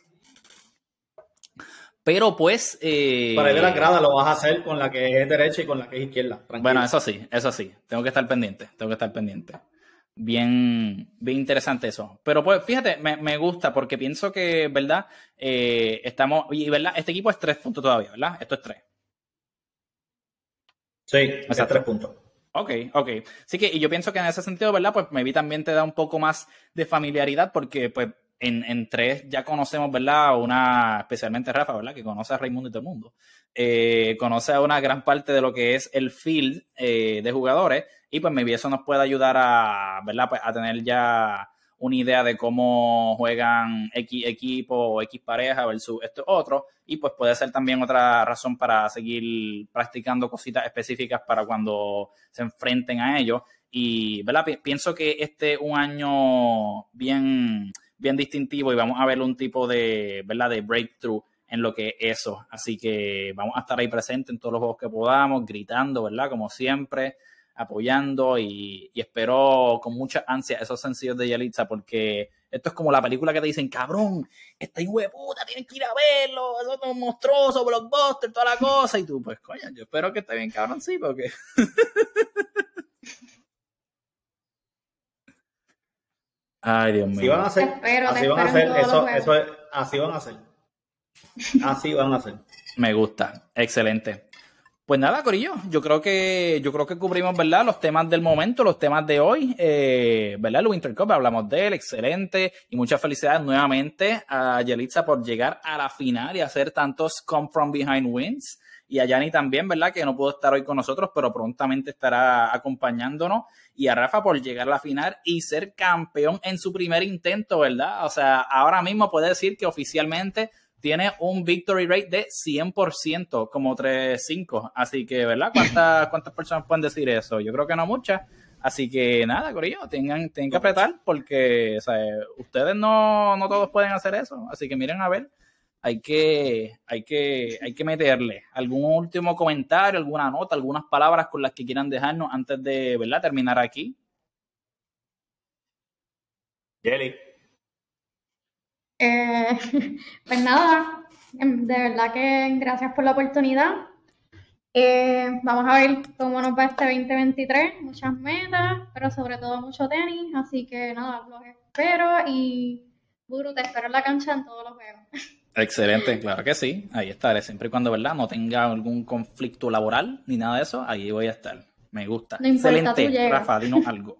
Pero pues... Eh, Para ir de las gradas lo vas a hacer con la que es derecha y con la que es izquierda. Tranquilo. Bueno, eso sí, eso sí. Tengo que estar pendiente, tengo que estar pendiente. Bien, bien interesante eso. Pero pues fíjate, me, me gusta porque pienso que, ¿verdad? Eh, estamos, y ¿verdad? Este equipo es tres puntos todavía, ¿verdad? Esto es tres. Sí, exacto. Es tres puntos. Ok, ok. Así que, y yo pienso que en ese sentido, ¿verdad? Pues maybe también te da un poco más de familiaridad porque, pues, en, en tres ya conocemos, ¿verdad? Una, especialmente Rafa, ¿verdad? Que conoce a Raimundo y todo el mundo. Eh, conoce a una gran parte de lo que es el field eh, de jugadores y pues maybe eso nos puede ayudar a, ¿verdad? Pues a tener ya una idea de cómo juegan X equipo o X pareja versus esto otro y pues puede ser también otra razón para seguir practicando cositas específicas para cuando se enfrenten a ellos y, ¿verdad? P- pienso que este es un año bien, bien distintivo y vamos a ver un tipo de, ¿verdad? De breakthrough en lo que es eso, así que vamos a estar ahí presentes en todos los juegos que podamos, gritando, ¿verdad? Como siempre, apoyando y, y espero con mucha ansia esos sencillos de Yelitza porque esto es como la película que te dicen, cabrón, esta hijo de puta, tienen que ir a verlo, eso es un monstruoso, blockbuster, toda la cosa, y tú, pues, coño, yo espero que esté bien cabrón, sí, porque... Ay, Dios mío. Así van a hacer, espero, así van a hacer, eso, eso es, así van a hacer. Así van a hacer. Me gusta, excelente. Pues nada, corillo, yo creo que yo creo que cubrimos, ¿verdad? Los temas del momento, los temas de hoy, eh, ¿verdad? El Winter Cup, hablamos de él, excelente, y muchas felicidades nuevamente a Yelitza por llegar a la final y hacer tantos come from behind wins, y a Yanni también, ¿verdad? Que no pudo estar hoy con nosotros, pero prontamente estará acompañándonos, y a Rafa por llegar a la final y ser campeón en su primer intento, ¿verdad? O sea, ahora mismo puede decir que oficialmente tiene un victory rate de cien por ciento, como tres cinco. Así que, ¿verdad? ¿Cuántas, ¿Cuántas personas pueden decir eso? Yo creo que no muchas. Así que nada, corillo, tengan, tienen que apretar porque, o sea, ustedes no, no todos pueden hacer eso. Así que miren a ver, hay que, hay que, hay que meterle algún último comentario, alguna nota, algunas palabras con las que quieran dejarnos antes de, ¿verdad? Terminar aquí. Jelly. Eh, pues nada, de verdad que gracias por la oportunidad. Eh, vamos a ver cómo nos va este veinte veintitrés, muchas metas, pero sobre todo mucho tenis, así que nada, los espero y Buru, te espero en la cancha en todos los juegos. Excelente, claro que sí, ahí estaré, siempre y cuando, ¿verdad? No tenga algún conflicto laboral ni nada de eso, ahí voy a estar, me gusta. No importa, excelente, tú llegas. Rafa, dinos algo.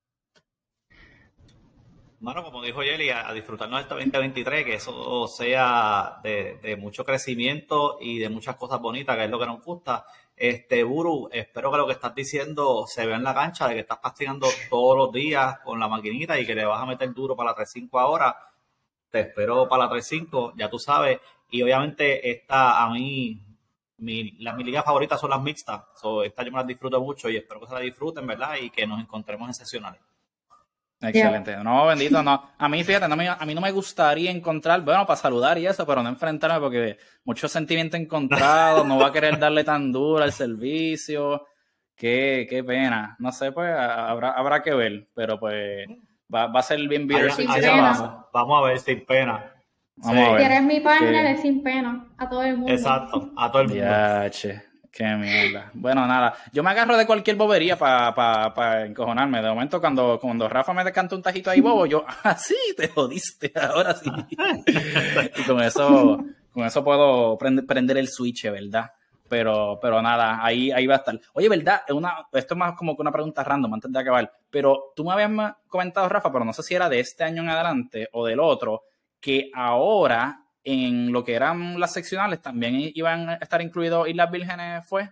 Bueno, como dijo Yeli, a, a disfrutarnos de este veinte veintitrés, que eso sea de, de mucho crecimiento y de muchas cosas bonitas, que es lo que nos gusta. Este, Buru, espero que lo que estás diciendo se vea en la cancha, de que estás practicando todos los días con la maquinita y que le vas a meter duro para la tres cinco ahora. Te espero para la tres cinco, ya tú sabes. Y obviamente esta, a mí, mi, las mi ligas favoritas son las mixtas. So, esta yo me las disfruto mucho y espero que se las disfruten, ¿verdad? Y que nos encontremos en sesionales. Excelente. Yeah. No, bendito, no. A mí, fíjate, no me, a mí no me gustaría encontrar, bueno, para saludar y eso, pero no enfrentarme porque muchos sentimientos encontrados, no va a querer darle tan duro al servicio. Qué, qué pena. No sé, pues habrá, habrá que ver, pero pues va, va a ser bien bittersweet. Vamos, vamos a ver, sin pena. Vamos sí. a ver. Si eres mi partner, es sin pena. A todo el mundo. Exacto, a todo el mundo. Ya, che. Qué mierda. Bueno, nada. Yo me agarro de cualquier bobería para pa, pa encojonarme. De momento, cuando, cuando Rafa me decanta un tajito ahí bobo, yo, ah, sí, te jodiste, ahora sí. Y con eso, con eso puedo prender, prender el switch, ¿verdad? Pero, pero nada, ahí, ahí va a estar. Oye, ¿verdad? Una, esto es más como que una pregunta random antes de acabar. Pero tú me habías comentado, Rafa, pero no sé si era de este año en adelante o del otro, que ahora en lo que eran las seccionales también iban a estar incluidos Islas Vírgenes, ¿fue?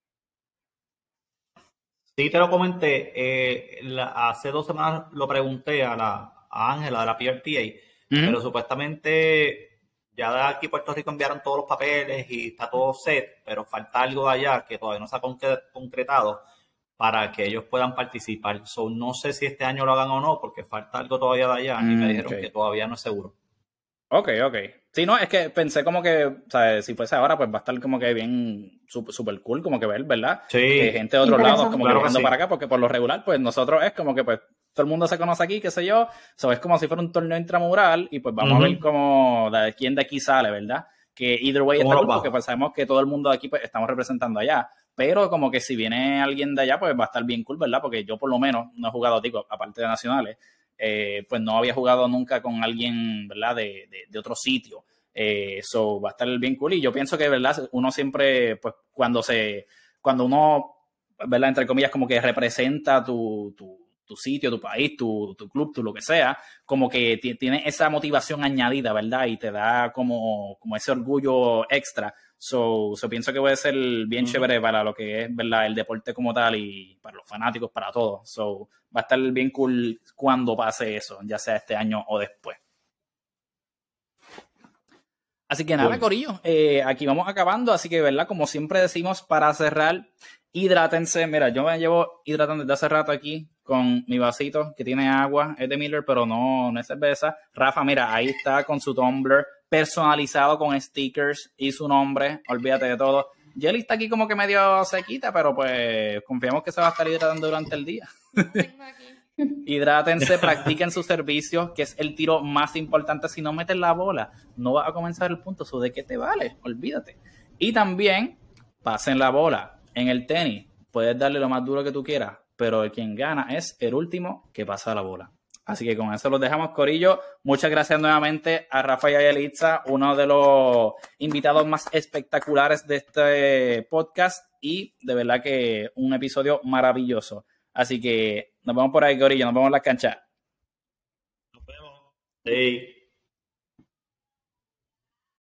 Sí, te lo comenté. Eh, la, hace dos semanas lo pregunté a la a Ángela de la P R T A, uh-huh. pero supuestamente ya de aquí Puerto Rico enviaron todos los papeles y está todo set, pero falta algo de allá que todavía no se ha concretado para que ellos puedan participar. So, no sé si este año lo hagan o no, porque falta algo todavía de allá mm, y me dijeron okay. que todavía no es seguro. Ok, ok. Sí, no, es que pensé como que, o sea, si fuese ahora, pues va a estar como que bien súper cool, como que ver, ¿verdad? Sí. Que gente de otros lados como claro que viendo sí. para acá, porque por lo regular, pues nosotros es como que, pues, todo el mundo se conoce aquí, qué sé yo, so, es como si fuera un torneo intramural y pues vamos uh-huh. a ver cómo, de quién de aquí sale, ¿verdad? Que either way está cool, porque pues sabemos que todo el mundo de aquí, pues, estamos representando allá, pero como que si viene alguien de allá, pues va a estar bien cool, ¿verdad? Porque yo por lo menos no he jugado, digo, aparte de nacionales, Eh, pues no había jugado nunca con alguien, ¿verdad? De, de, de otro sitio. Eh, so va a estar bien cool. Y yo pienso que, ¿verdad? Uno siempre, pues cuando se, cuando uno, ¿verdad? Entre comillas, como que representa tu, tu, tu sitio, tu país, tu, tu club, tu lo que sea, como que t- tiene esa motivación añadida, ¿verdad? Y te da como, como ese orgullo extra. So, so pienso que puede ser bien uh-huh. chévere para lo que es, ¿verdad? El deporte como tal y para los fanáticos, para todos. So, va a estar bien cool cuando pase eso, ya sea este año o después. Así que nada, cool. Corillo, eh, aquí vamos acabando. Así que, ¿verdad? Como siempre decimos, para cerrar, hidrátense. Mira, yo me llevo hidratando desde hace rato aquí con mi vasito que tiene agua. Es de Miller, pero no, no es cerveza. Rafa, mira, ahí está con su tumbler personalizado con stickers y su nombre. Olvídate de todo. Jelly está aquí como que medio sequita, pero pues confiamos que se va a estar hidratando durante el día. Hidrátense, practiquen sus servicios, que es el tiro más importante. Si no metes la bola, no vas a comenzar el punto. ¿So de qué te vale? Olvídate. Y también, pasen la bola. En el tenis, puedes darle lo más duro que tú quieras, pero el quien gana es el último que pasa la bola. Así que con eso los dejamos, Corillo. Muchas gracias nuevamente a Rafa y a Yelitza, uno de los invitados más espectaculares de este podcast y de verdad que un episodio maravilloso. Así que nos vemos por ahí, Corillo. Nos vemos en la cancha. Nos vemos. Sí.